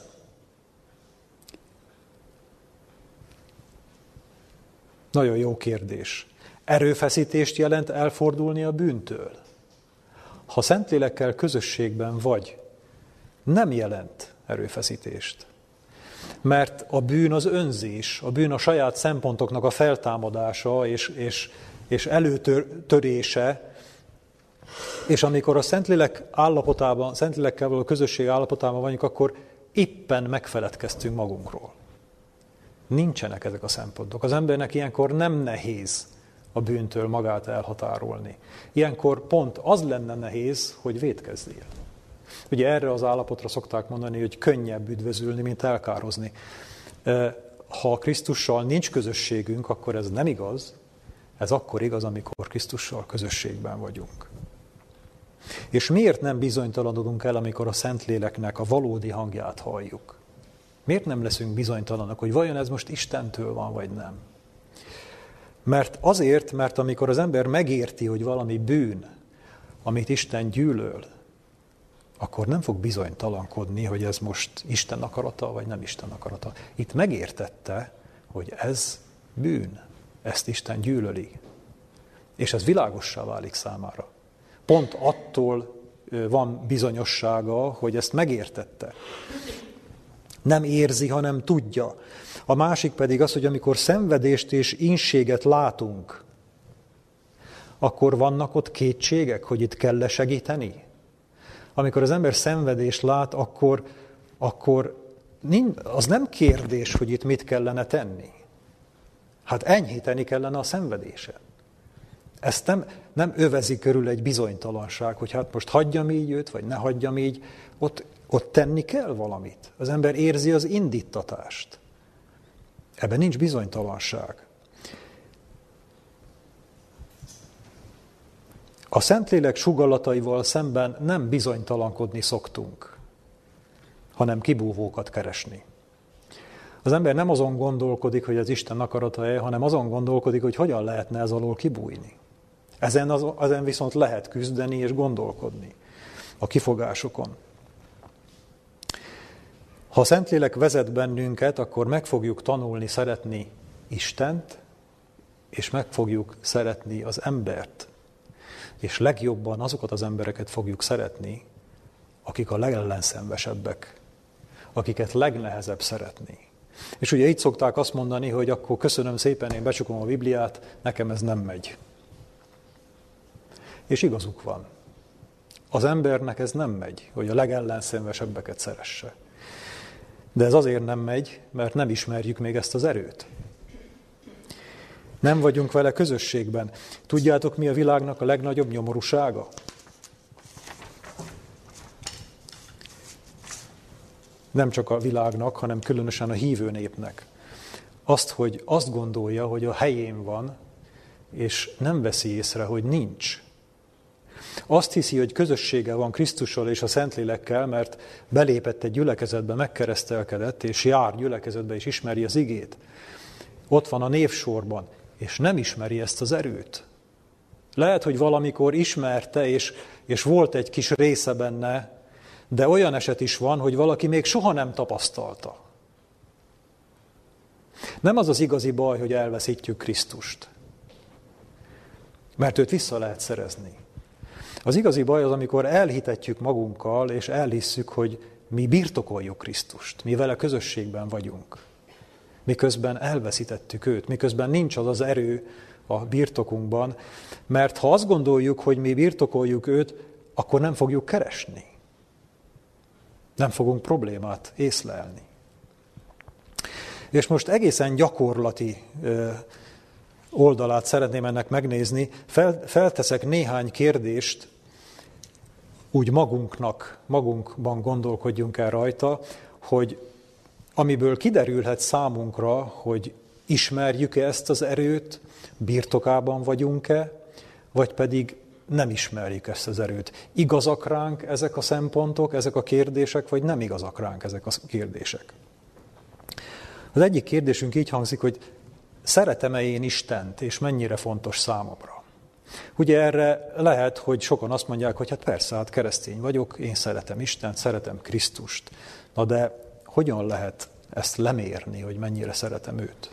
Nagyon jó kérdés. Erőfeszítést jelent elfordulni a bűntől? Ha Szentlélekkel közösségben vagy, nem jelent erőfeszítést. Mert a bűn az önzés, a bűn a saját szempontoknak a feltámadása és előtörése, és amikor a Szentlélek állapotában, Szentlélekkel való közösség állapotában vagyunk, akkor éppen megfeledkeztünk magunkról. Nincsenek ezek a szempontok. Az embernek ilyenkor nem nehéz a bűntől magát elhatárolni. Ilyenkor pont az lenne nehéz, hogy vétkezzél. Ugye erre az állapotra szokták mondani, hogy könnyebb üdvözülni, mint elkározni. Ha Krisztussal nincs közösségünk, akkor ez nem igaz. Ez akkor igaz, amikor Krisztussal közösségben vagyunk. És miért nem bizonytalanodunk el, amikor a Szentléleknek a valódi hangját halljuk? Miért nem leszünk bizonytalanok, hogy vajon ez most Istentől van, vagy nem? Mert amikor az ember megérti, hogy valami bűn, amit Isten gyűlöl, akkor nem fog bizonytalankodni, hogy ez most Isten akarata, vagy nem Isten akarata. Itt megértette, hogy ez bűn, ezt Isten gyűlöli. És ez világossá válik számára. Pont attól van bizonyossága, hogy ezt megértette. Nem érzi, hanem tudja. A másik pedig az, hogy amikor szenvedést és ínséget látunk, akkor vannak ott kétségek, hogy itt kell-e segíteni? Amikor az ember szenvedést lát, akkor az nem kérdés, hogy itt mit kellene tenni. Hát enyhíteni kellene a szenvedésen. Ezt nem övezi körül egy bizonytalanság, hogy hát most hagyjam így őt, vagy ne hagyjam így. Ott tenni kell valamit. Az ember érzi az indítatást. Ebben nincs bizonytalanság. A Szentlélek sugallataival szemben nem bizonytalankodni szoktunk, hanem kibúvókat keresni. Az ember nem azon gondolkodik, hogy az Isten akarata-e, hanem azon gondolkodik, hogy hogyan lehetne ez alól kibújni. Ezen viszont lehet küzdeni és gondolkodni a kifogásokon. Ha a Szentlélek vezet bennünket, akkor meg fogjuk tanulni szeretni Istent, és meg fogjuk szeretni az embert. És legjobban azokat az embereket fogjuk szeretni, akik a legellenszenvesebbek, akiket legnehezebb szeretni. És ugye így szokták azt mondani, hogy akkor köszönöm szépen, én becsukom a Bibliát, nekem ez nem megy. És igazuk van. Az embernek ez nem megy, hogy a legellenszenvesebbeket szeresse. De ez azért nem megy, mert nem ismerjük még ezt az erőt. Nem vagyunk vele közösségben. Tudjátok, mi a világnak a legnagyobb nyomorúsága? Nem csak a világnak, hanem különösen a hívő népnek. Hogy azt gondolja, hogy a helyén van, és nem veszi észre, hogy nincs. Azt hiszi, hogy közössége van Krisztussal és a Szentlélekkel, mert belépett egy gyülekezetbe, megkeresztelkedett, és jár gyülekezetbe, és ismeri az igét. Ott van a névsorban, és nem ismeri ezt az erőt. Lehet, hogy valamikor ismerte, és volt egy kis része benne, de olyan eset is van, hogy valaki még soha nem tapasztalta. Nem az az igazi baj, hogy elveszítjük Krisztust, mert őt vissza lehet szerezni. Az igazi baj az, amikor elhitetjük magunkkal, és elhisszük, hogy mi birtokoljuk Krisztust, mi vele közösségben vagyunk. Miközben elveszítettük őt, miközben nincs az az erő a birtokunkban, mert ha azt gondoljuk, hogy mi birtokoljuk őt, akkor nem fogjuk keresni. Nem fogunk problémát észlelni. És most egészen gyakorlati oldalát szeretném ennek megnézni. Felteszek néhány kérdést, úgy magunkban gondolkodjunk el rajta, hogy amiből kiderülhet számunkra, hogy ismerjük-e ezt az erőt, birtokában vagyunk-e, vagy pedig nem ismerjük ezt az erőt. Igazak ránk ezek a szempontok, ezek a kérdések, vagy nem igazak ránk ezek a kérdések? Az egyik kérdésünk így hangzik, hogy szeretem-e én Istent, és mennyire fontos számomra? Ugye erre lehet, hogy sokan azt mondják, hogy hát persze, hát keresztény vagyok, én szeretem Istent, szeretem Krisztust. Na de hogyan lehet ezt lemérni, hogy mennyire szeretem őt?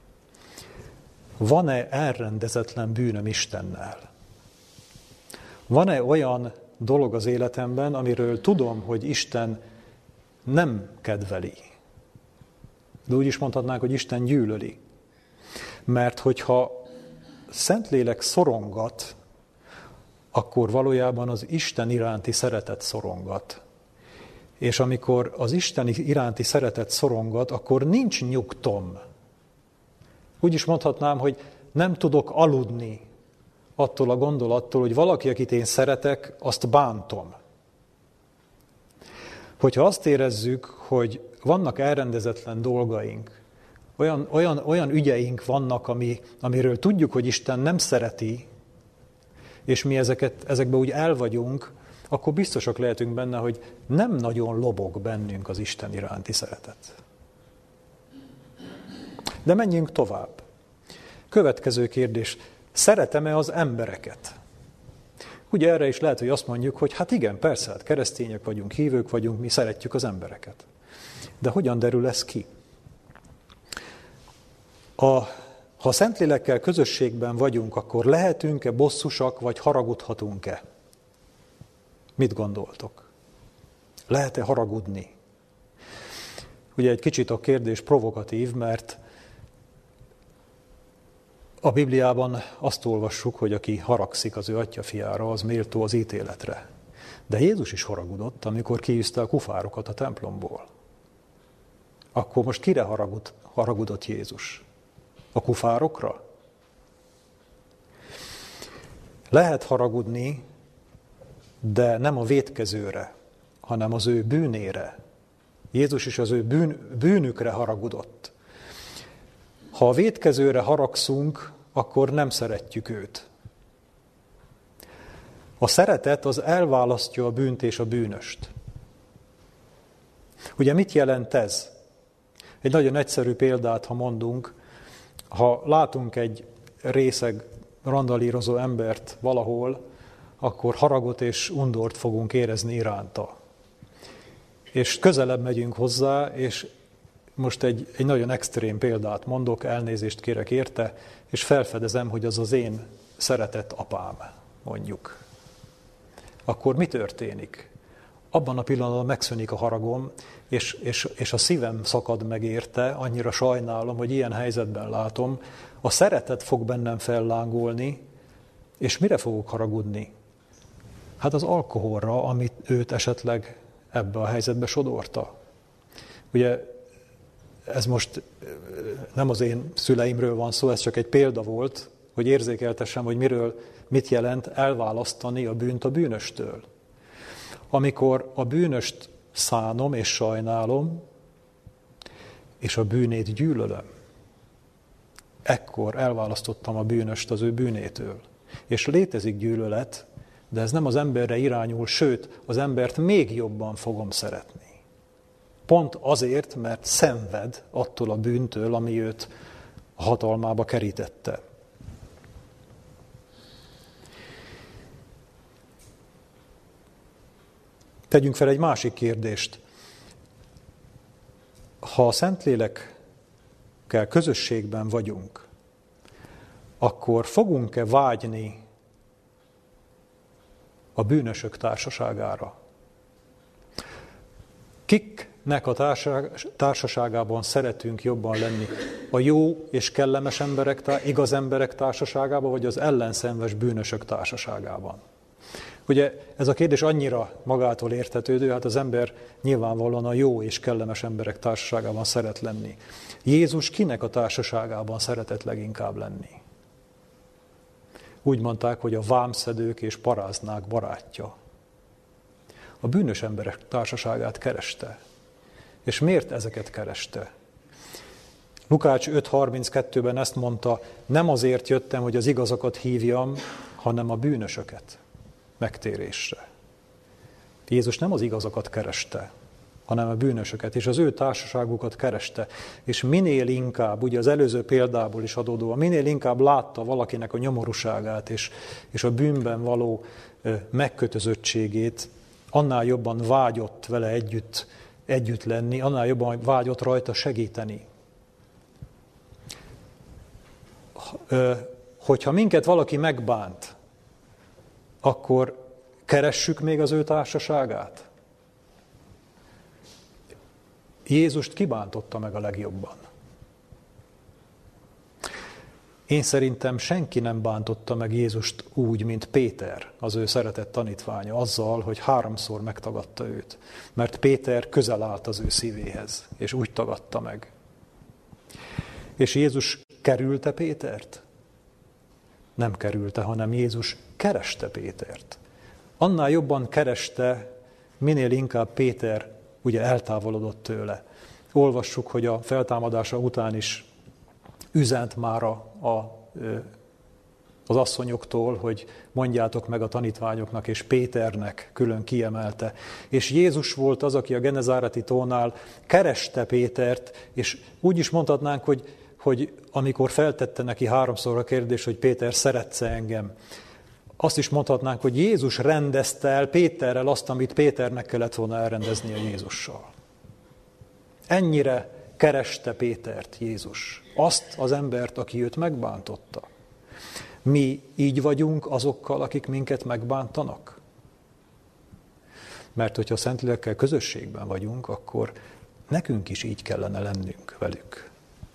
Van-e elrendezetlen bűnöm Istennel? Van-e olyan dolog az életemben, amiről tudom, hogy Isten nem kedveli? De úgy is mondhatnánk, hogy Isten gyűlöli. Mert hogyha Szentlélek szorongat, akkor valójában az Isten iránti szeretet szorongat. És amikor az Isten iránti szeretet szorongat, akkor nincs nyugtom. Úgy is mondhatnám, hogy nem tudok aludni attól a gondolattól, hogy valaki, akit én szeretek, azt bántom. Hogyha azt érezzük, hogy vannak elrendezetlen dolgaink, olyan ügyeink vannak, amiről tudjuk, hogy Isten nem szereti, és mi ezekbe úgy el vagyunk, akkor biztosak lehetünk benne, hogy nem nagyon lobog bennünk az Isten iránti szeretet. De menjünk tovább. Következő kérdés. Szeretem-e az embereket? Ugye erre is lehet, hogy azt mondjuk, hogy hát igen, persze, hát keresztények vagyunk, hívők vagyunk, mi szeretjük az embereket. De hogyan derül ez ki? Ha Szentlélekkel közösségben vagyunk, akkor lehetünk-e bosszusak, vagy haragudhatunk-e? Mit gondoltok? Lehet-e haragudni? Ugye egy kicsit a kérdés provokatív, mert a Bibliában azt olvassuk, hogy aki haragszik az ő atyafiára, az méltó az ítéletre. De Jézus is haragudott, amikor kiűzte a kufárokat a templomból. Akkor most kire haragudott Jézus? A kufárokra? Lehet haragudni, de nem a vétkezőre, hanem az ő bűnére. Jézus is az ő bűnükre haragudott. Ha a vétkezőre haragszunk, akkor nem szeretjük őt. A szeretet az elválasztja a bűnt és a bűnöst. Ugye mit jelent ez? Egy nagyon egyszerű példát, ha mondunk, ha látunk egy részeg, randalírozó embert valahol, akkor haragot és undort fogunk érezni iránta. És közelebb megyünk hozzá, és most egy nagyon extrém példát mondok, elnézést kérek érte, és felfedezem, hogy az az én szeretett apám, mondjuk. Akkor mi történik? Abban a pillanatban megszűnik a haragom, és a szívem szakad meg érte, annyira sajnálom, hogy ilyen helyzetben látom, a szeretet fog bennem fellángolni, és mire fogok haragudni? Hát az alkoholra, amit őt esetleg ebbe a helyzetbe sodorta. Ugye ez most nem az én szüleimről van szó, ez csak egy példa volt, hogy érzékeltessem, hogy mit jelent elválasztani a bűnt a bűnöstől. Amikor a bűnöst szánom és sajnálom, és a bűnét gyűlölöm, ekkor elválasztottam a bűnöst az ő bűnétől. És létezik gyűlölet, de ez nem az emberre irányul, sőt, az embert még jobban fogom szeretni. Pont azért, mert szenved attól a bűntől, ami őt a hatalmába kerítette. Tegyünk fel egy másik kérdést. Ha a Szentlélekkel közösségben vagyunk, akkor fogunk-e vágyni a bűnösök társaságára? Kiknek a társaságában szeretünk jobban lenni? A jó és kellemes emberek, igaz emberek társaságában, vagy az ellenszenves bűnösök társaságában? Ugye ez a kérdés annyira magától értetődő, hát az ember nyilvánvalóan a jó és kellemes emberek társaságában szeret lenni. Jézus kinek a társaságában szeretett leginkább lenni? Úgy mondták, hogy a vámszedők és paráznák barátja. A bűnös emberek társaságát kereste. És miért ezeket kereste? Lukács 5.32-ben ezt mondta, nem azért jöttem, hogy az igazakat hívjam, hanem a bűnösöket megtérésre. Jézus nem az igazakat kereste, hanem a bűnösöket, és az ő társaságukat kereste. És minél inkább, ugye az előző példából is adódóan, minél inkább látta valakinek a nyomorúságát és a bűnben való megkötözöttségét, annál jobban vágyott vele együtt lenni, annál jobban vágyott rajta segíteni. Hogyha minket valaki megbánt, akkor keressük még az ő társaságát? Jézust kibántotta meg a legjobban. Én szerintem senki nem bántotta meg Jézust úgy, mint Péter, az ő szeretett tanítványa, azzal, hogy 3-szor megtagadta őt. Mert Péter közel állt az ő szívéhez, és úgy tagadta meg. És Jézus kerülte Pétert? Nem kerülte, hanem Jézus kereste Pétert. Annál jobban kereste, minél inkább Péter ugye eltávolodott tőle. Olvassuk, hogy a feltámadása után is üzent már az asszonyoktól, hogy mondjátok meg a tanítványoknak, és Péternek külön kiemelte. És Jézus volt az, aki a Genezáreti tónál kereste Pétert, és úgy is mondhatnánk, hogy amikor feltette neki 3-szor a kérdés, hogy Péter, szeretsz-e engem? Azt is mondhatnánk, hogy Jézus rendezte el Péterrel azt, amit Péternek kellett volna elrendeznie Jézussal. Ennyire kereste Pétert Jézus, azt az embert, aki őt megbántotta. Mi így vagyunk azokkal, akik minket megbántanak? Mert hogyha a Szentlélekkel közösségben vagyunk, akkor nekünk is így kellene lennünk velük.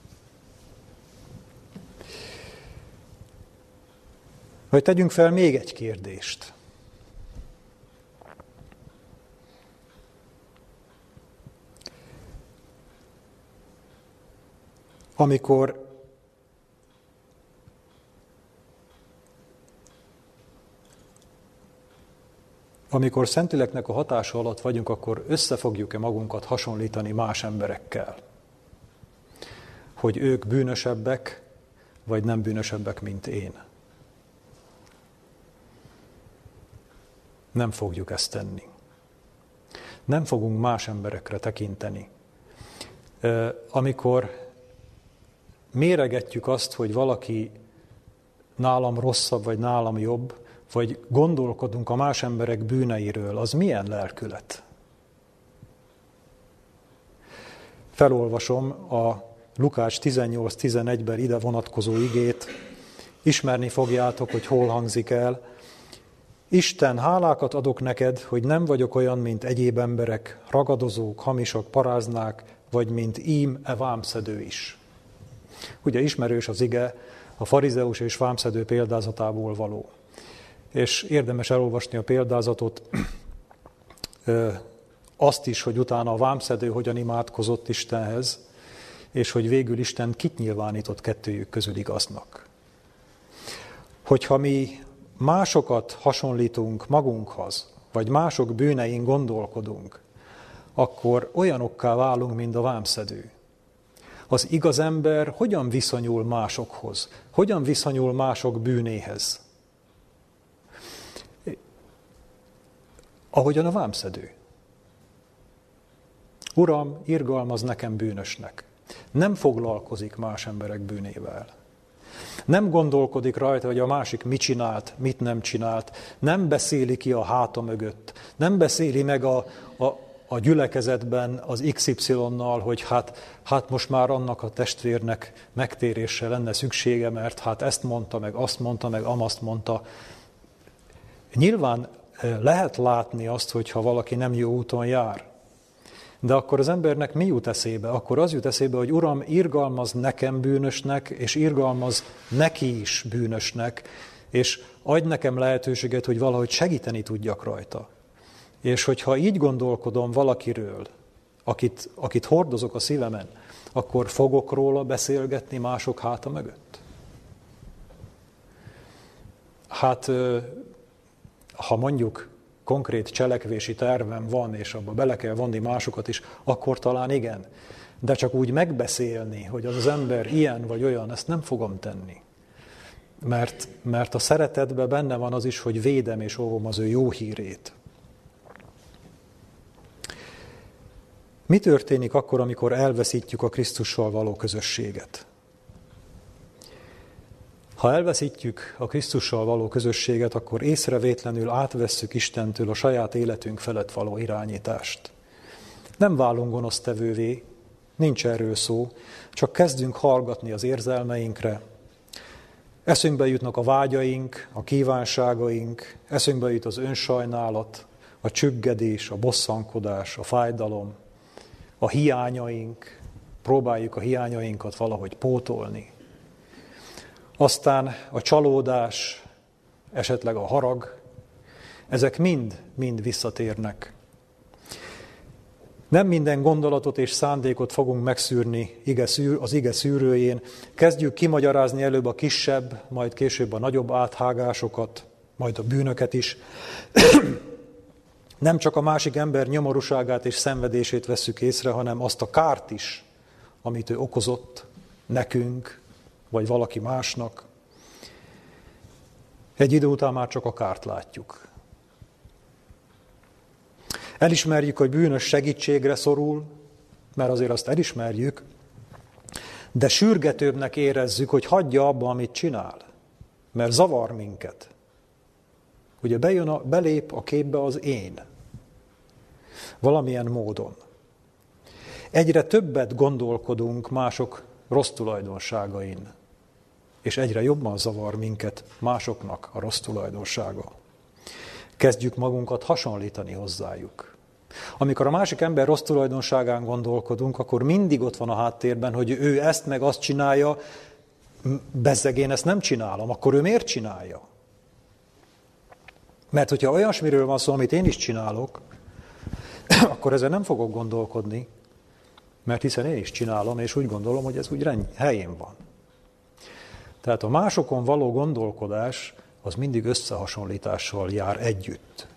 Vagy tegyünk fel még egy kérdést. Amikor Szentléleknek a hatása alatt vagyunk, akkor össze fogjuk-e magunkat hasonlítani más emberekkel? Hogy ők bűnösebbek, vagy nem bűnösebbek, mint én? Nem fogjuk ezt tenni. Nem fogunk más emberekre tekinteni. Amikor méregetjük azt, hogy valaki nálam rosszabb, vagy nálam jobb, vagy gondolkodunk a más emberek bűneiről, az milyen lelkület? Felolvasom a Lukács 18-11-ben ide vonatkozó igét, ismerni fogjátok, hogy hol hangzik el. Isten, hálákat adok neked, hogy nem vagyok olyan, mint egyéb emberek, ragadozók, hamisak, paráznák, vagy mint ím vámszedő is. Ugye ismerős az ige, a farizeus és vámszedő példázatából való. És érdemes elolvasni a példázatot, azt is, hogy utána a vámszedő hogyan imádkozott Istenhez, és hogy végül Isten kit nyilvánított kettőjük közül igaznak. Hogyha mi másokat hasonlítunk magunkhoz, vagy mások bűnein gondolkodunk, akkor olyanokká válunk, mint a vámszedő. Az igaz ember hogyan viszonyul másokhoz? Hogyan viszonyul mások bűnéhez? Ahogyan a vámszedő. Uram, irgalmazz nekem bűnösnek. Nem foglalkozik más emberek bűnével. Nem gondolkodik rajta, hogy a másik mit csinált, mit nem csinált. Nem beszéli ki a háta mögött. Nem beszéli meg a gyülekezetben az XY-nal, hogy hát most már annak a testvérnek megtérésre lenne szüksége, mert hát ezt mondta, meg azt mondta, meg amazt mondta. Nyilván lehet látni azt, hogyha valaki nem jó úton jár. De akkor az embernek mi jut eszébe? Akkor az jut eszébe, hogy Uram, irgalmazz nekem bűnösnek, és irgalmazz neki is bűnösnek, és adj nekem lehetőséget, hogy valahogy segíteni tudjak rajta. És hogyha így gondolkodom valakiről, akit hordozok a szívemen, akkor fogok róla beszélgetni mások háta mögött? Hát, ha mondjuk konkrét cselekvési tervem van, és abba bele kell vonni másokat is, akkor talán igen. De csak úgy megbeszélni, hogy az ember ilyen vagy olyan, ezt nem fogom tenni. Mert a szeretetben benne van az is, hogy védem és óvom az ő jó hírét. Mi történik akkor, amikor elveszítjük a Krisztussal való közösséget? Ha elveszítjük a Krisztussal való közösséget, akkor észrevétlenül átvesszük Istentől a saját életünk felett való irányítást. Nem válunk gonosztevővé, nincs erről szó, csak kezdünk hallgatni az érzelmeinkre. Eszünkbe jutnak a vágyaink, a kívánságaink, eszünkbe jut az önsajnálat, a csüggedés, a bosszankodás, a fájdalom, a hiányaink, próbáljuk a hiányainkat valahogy pótolni. Aztán a csalódás, esetleg a harag, ezek mind visszatérnek. Nem minden gondolatot és szándékot fogunk megszűrni az ige szűrőjén. Kezdjük kimagyarázni előbb a kisebb, majd később a nagyobb áthágásokat, majd a bűnöket is. Nem csak a másik ember nyomorúságát és szenvedését vesszük észre, hanem azt a kárt is, amit ő okozott nekünk, vagy valaki másnak. Egy idő után már csak a kárt látjuk. Elismerjük, hogy bűnös segítségre szorul, mert azért azt elismerjük, de sürgetőbbnek érezzük, hogy hagyja abba, amit csinál, mert zavar minket. Ugye belép a képbe az én, valamilyen módon. Egyre többet gondolkodunk mások rossz tulajdonságain, és egyre jobban zavar minket másoknak a rossz tulajdonsága. Kezdjük magunkat hasonlítani hozzájuk. Amikor a másik ember rossz tulajdonságán gondolkodunk, akkor mindig ott van a háttérben, hogy ő ezt meg azt csinálja, bezzeg én ezt nem csinálom, akkor ő miért csinálja? Mert hogyha olyasmiről van szó, amit én is csinálok, akkor ezzel nem fogok gondolkodni, mert hiszen én is csinálom, és úgy gondolom, hogy ez úgy helyén van. Tehát a másokon való gondolkodás az mindig összehasonlítással jár együtt.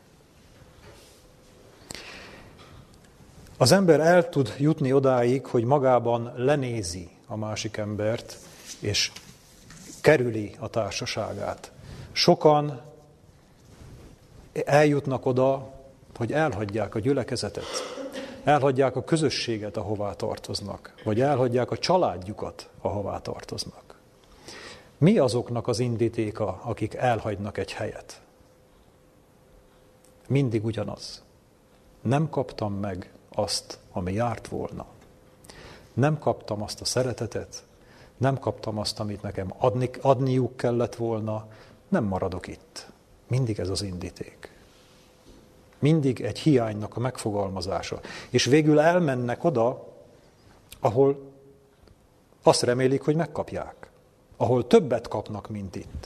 Az ember el tud jutni odáig, hogy magában lenézi a másik embert, és kerüli a társaságát. Sokan eljutnak oda, hogy elhagyják a gyülekezetet, elhagyják a közösséget, ahová tartoznak, vagy elhagyják a családjukat, ahová tartoznak. Mi azoknak az indítéka, akik elhagynak egy helyet? Mindig ugyanaz. Nem kaptam meg azt, ami járt volna. Nem kaptam azt a szeretetet, nem kaptam azt, amit nekem adniuk kellett volna, nem maradok itt. Mindig ez az indíték. Mindig egy hiánynak a megfogalmazása. És végül elmennek oda, ahol azt remélik, hogy megkapják. Ahol többet kapnak, mint itt.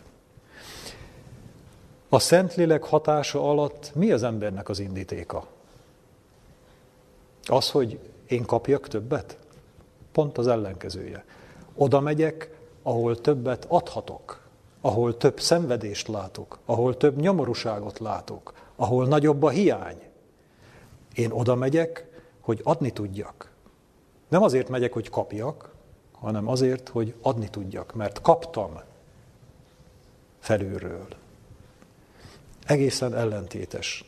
A Szentlélek hatása alatt mi az embernek az indítéka? Az, hogy én kapjak többet? Pont az ellenkezője. Oda megyek, ahol többet adhatok, ahol több szenvedést látok, ahol több nyomorúságot látok, ahol nagyobb a hiány. Én oda megyek, hogy adni tudjak. Nem azért megyek, hogy kapjak, hanem azért, hogy adni tudjak, mert kaptam felülről. Egészen ellentétes.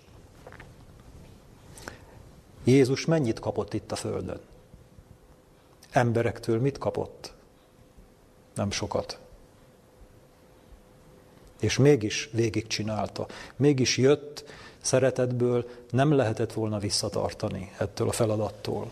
Jézus mennyit kapott itt a földön? Emberektől mit kapott? Nem sokat. És mégis végigcsinálta. Mégis jött szeretetből, nem lehetett volna visszatartani ettől a feladattól.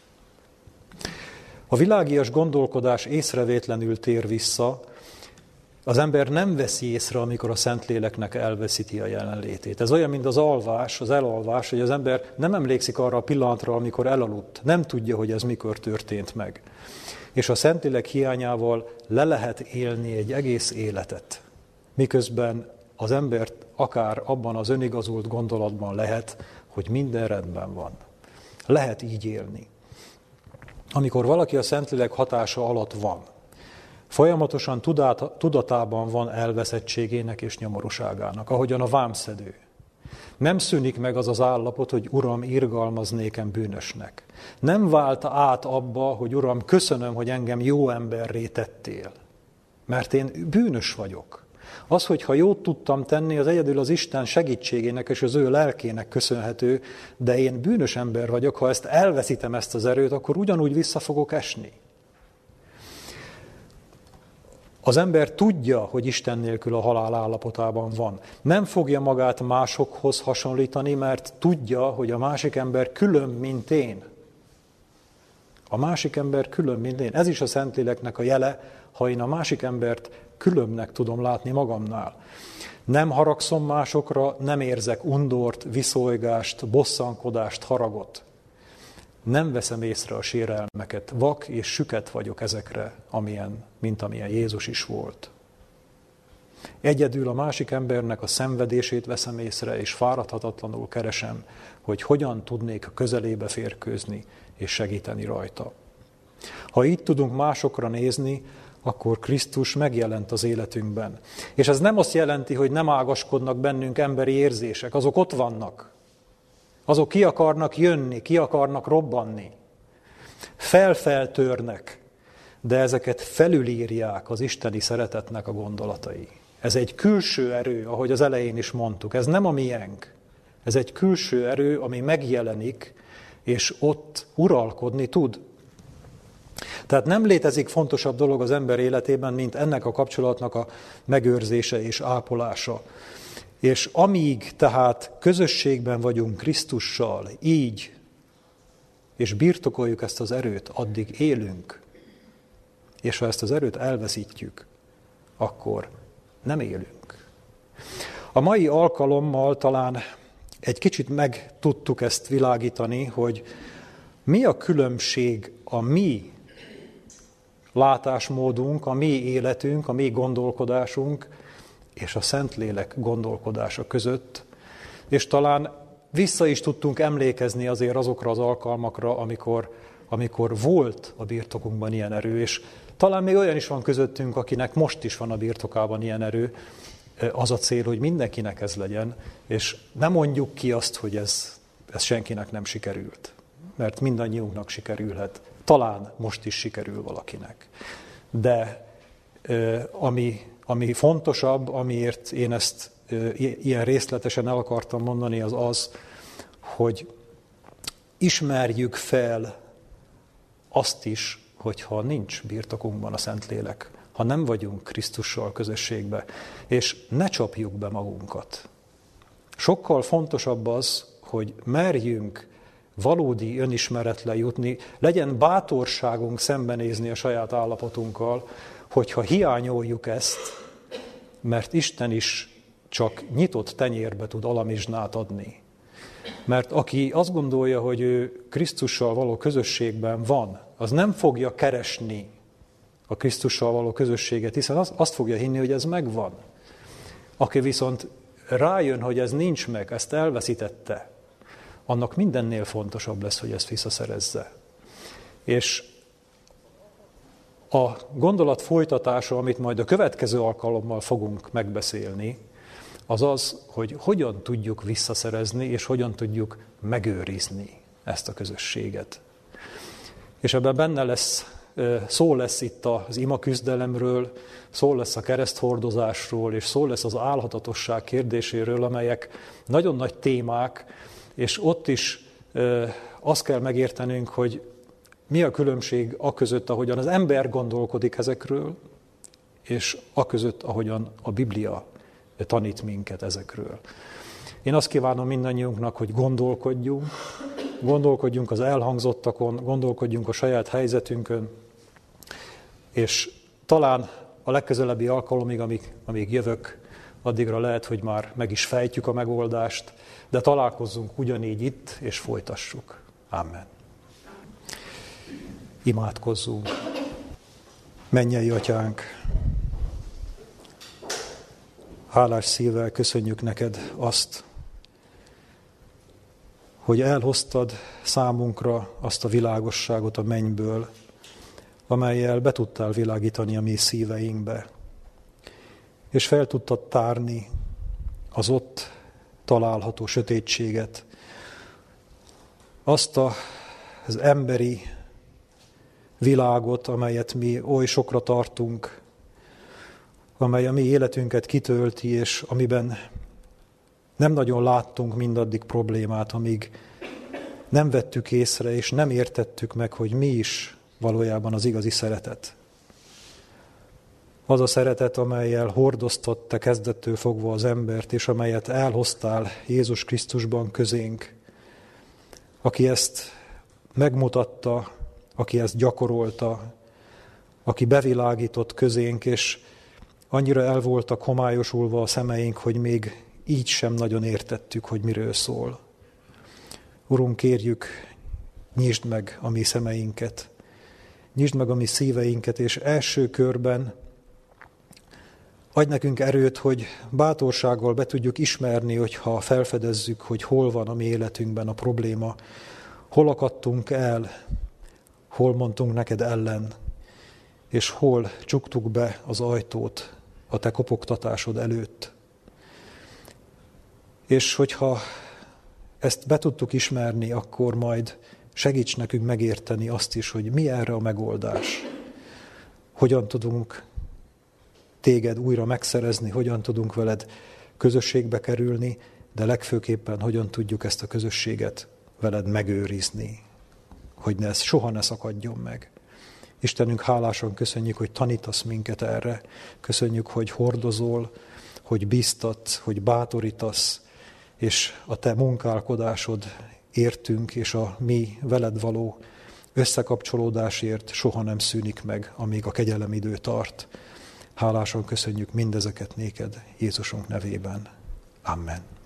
A világias gondolkodás észrevétlenül tér vissza, az ember nem veszi észre, amikor a Szentléleknek elveszíti a jelenlétét. Ez olyan, mint az alvás, az elalvás, hogy az ember nem emlékszik arra a pillanatra, amikor elaludt. Nem tudja, hogy ez mikor történt meg. És a Szentlélek hiányával le lehet élni egy egész életet. Miközben az ember akár abban az önigazult gondolatban lehet, hogy minden rendben van. Lehet így élni. Amikor valaki a Szentlélek hatása alatt van, folyamatosan tudatában van elveszettségének és nyomorúságának, ahogyan a vámszedő. Nem szűnik meg az az állapot, hogy Uram, irgalmaz nékem bűnösnek. Nem vált át abba, hogy Uram, köszönöm, hogy engem jó emberré tettél, mert én bűnös vagyok. Az, hogy ha jót tudtam tenni, az egyedül az Isten segítségének és az ő lelkének köszönhető, de én bűnös ember vagyok, ha ezt elveszítem, ezt az erőt, akkor ugyanúgy vissza fogok esni. Az ember tudja, hogy Isten nélkül a halál állapotában van. Nem fogja magát másokhoz hasonlítani, mert tudja, hogy a másik ember külön, mint én. A másik ember külön, mint én. Ez is a Szentléleknek a jele, ha én a másik embert különbnek tudom látni magamnál. Nem haragszom másokra, nem érzek undort, viszolygást, bosszankodást, haragot. Nem veszem észre a sérelmeket, vak és süket vagyok ezekre, mint amilyen Jézus is volt. Egyedül a másik embernek a szenvedését veszem észre, és fáradhatatlanul keresem, hogy hogyan tudnék a közelébe férkőzni és segíteni rajta. Ha így tudunk másokra nézni, akkor Krisztus megjelent az életünkben. És ez nem azt jelenti, hogy nem ágaskodnak bennünk emberi érzések, azok ott vannak. Azok ki akarnak jönni, ki akarnak robbanni. Felfeltörnek, de ezeket felülírják az isteni szeretetnek a gondolatai. Ez egy külső erő, ahogy az elején is mondtuk. Ez nem a miénk. Ez egy külső erő, ami megjelenik, és ott uralkodni tud. Tehát nem létezik fontosabb dolog az ember életében, mint ennek a kapcsolatnak a megőrzése és ápolása. És amíg tehát közösségben vagyunk Krisztussal, így, és birtokoljuk ezt az erőt, addig élünk. És ha ezt az erőt elveszítjük, akkor nem élünk. A mai alkalommal talán egy kicsit meg tudtuk ezt világítani, hogy mi a különbség a mi látásmódunk, a mi életünk, a mi gondolkodásunk és a Szentlélek gondolkodása között, és talán vissza is tudtunk emlékezni azért azokra az alkalmakra, amikor volt a birtokunkban ilyen erő, és talán még olyan is van közöttünk, akinek most is van a birtokában ilyen erő. Az a cél, hogy mindenkinek ez legyen, és nem mondjuk ki azt, hogy ez senkinek nem sikerült, mert mindannyiunknak sikerülhet. Talán most is sikerül valakinek. De ami fontosabb, amiért én ezt ilyen részletesen el akartam mondani, az az, hogy ismerjük fel azt is, hogyha nincs birtokunkban a Szentlélek, ha nem vagyunk Krisztussal közösségbe, és ne csapjuk be magunkat. Sokkal fontosabb az, hogy merjünk valódi önismeretre jutni, legyen bátorságunk szembenézni a saját állapotunkkal, hogyha hiányoljuk ezt, mert Isten is csak nyitott tenyérbe tud alamizsnát adni. Mert aki azt gondolja, hogy ő Krisztussal való közösségben van, az nem fogja keresni a Krisztussal való közösséget, hiszen azt fogja hinni, hogy ez megvan. Aki viszont rájön, hogy ez nincs meg, ezt elveszítette, annak mindennél fontosabb lesz, hogy ezt visszaszerezze. És a gondolat folytatása, amit majd a következő alkalommal fogunk megbeszélni, az az, hogy hogyan tudjuk visszaszerezni, és hogyan tudjuk megőrizni ezt a közösséget. És ebben benne lesz, szó lesz itt az imaküzdelemről, szó lesz a kereszthordozásról, és szó lesz az álhatatosság kérdéséről, amelyek nagyon nagy témák, és ott is azt kell megértenünk, hogy mi a különbség aközött, ahogyan az ember gondolkodik ezekről, és aközött, ahogyan a Biblia tanít minket ezekről. Én azt kívánom mindannyiunknak, hogy gondolkodjunk az elhangzottakon, gondolkodjunk a saját helyzetünkön, és talán a legközelebbi alkalomig, amíg jövök, addigra lehet, hogy már meg is fejtjük a megoldást, de találkozzunk ugyanígy itt, és folytassuk. Amen. Imádkozzunk. Mennyei Atyánk, hálás szívvel köszönjük neked azt, hogy elhoztad számunkra azt a világosságot a mennyből, amellyel be tudtál világítani a mi szíveinkbe, és fel tudtad tárni az ott található sötétséget, azt az emberi világot, amelyet mi oly sokra tartunk, amely a mi életünket kitölti, és amiben nem nagyon láttunk mindaddig problémát, amíg nem vettük észre, és nem értettük meg, hogy mi is valójában az igazi szeretet. Az a szeretet, amellyel hordoztad te kezdettől fogva az embert, és amelyet elhoztál Jézus Krisztusban közénk, aki ezt megmutatta, aki ezt gyakorolta, aki bevilágított közénk, és annyira el voltak homályosulva a szemeink, hogy még így sem nagyon értettük, hogy miről szól. Urunk, kérjük, nyisd meg a mi szemeinket, nyisd meg a mi szíveinket, és első körben adj nekünk erőt, hogy bátorsággal be tudjuk ismerni, hogyha felfedezzük, hogy hol van a mi életünkben a probléma, hol akadtunk el, hol mondtunk neked ellen, és hol csuktuk be az ajtót a te kopogtatásod előtt. És hogyha ezt be tudtuk ismerni, akkor majd segíts nekünk megérteni azt is, hogy mi erre a megoldás. Hogyan tudunk téged újra megszerezni, hogyan tudunk veled közösségbe kerülni, de legfőképpen hogyan tudjuk ezt a közösséget veled megőrizni, hogy ez soha ne szakadjon meg. Istenünk, hálásan köszönjük, hogy tanítasz minket erre. Köszönjük, hogy hordozol, hogy bíztatsz, hogy bátorítasz, és a te munkálkodásod értünk, és a mi veled való összekapcsolódásért soha nem szűnik meg, amíg a kegyelemidő tart. Hálásan köszönjük mindezeket néked, Jézusunk nevében. Amen.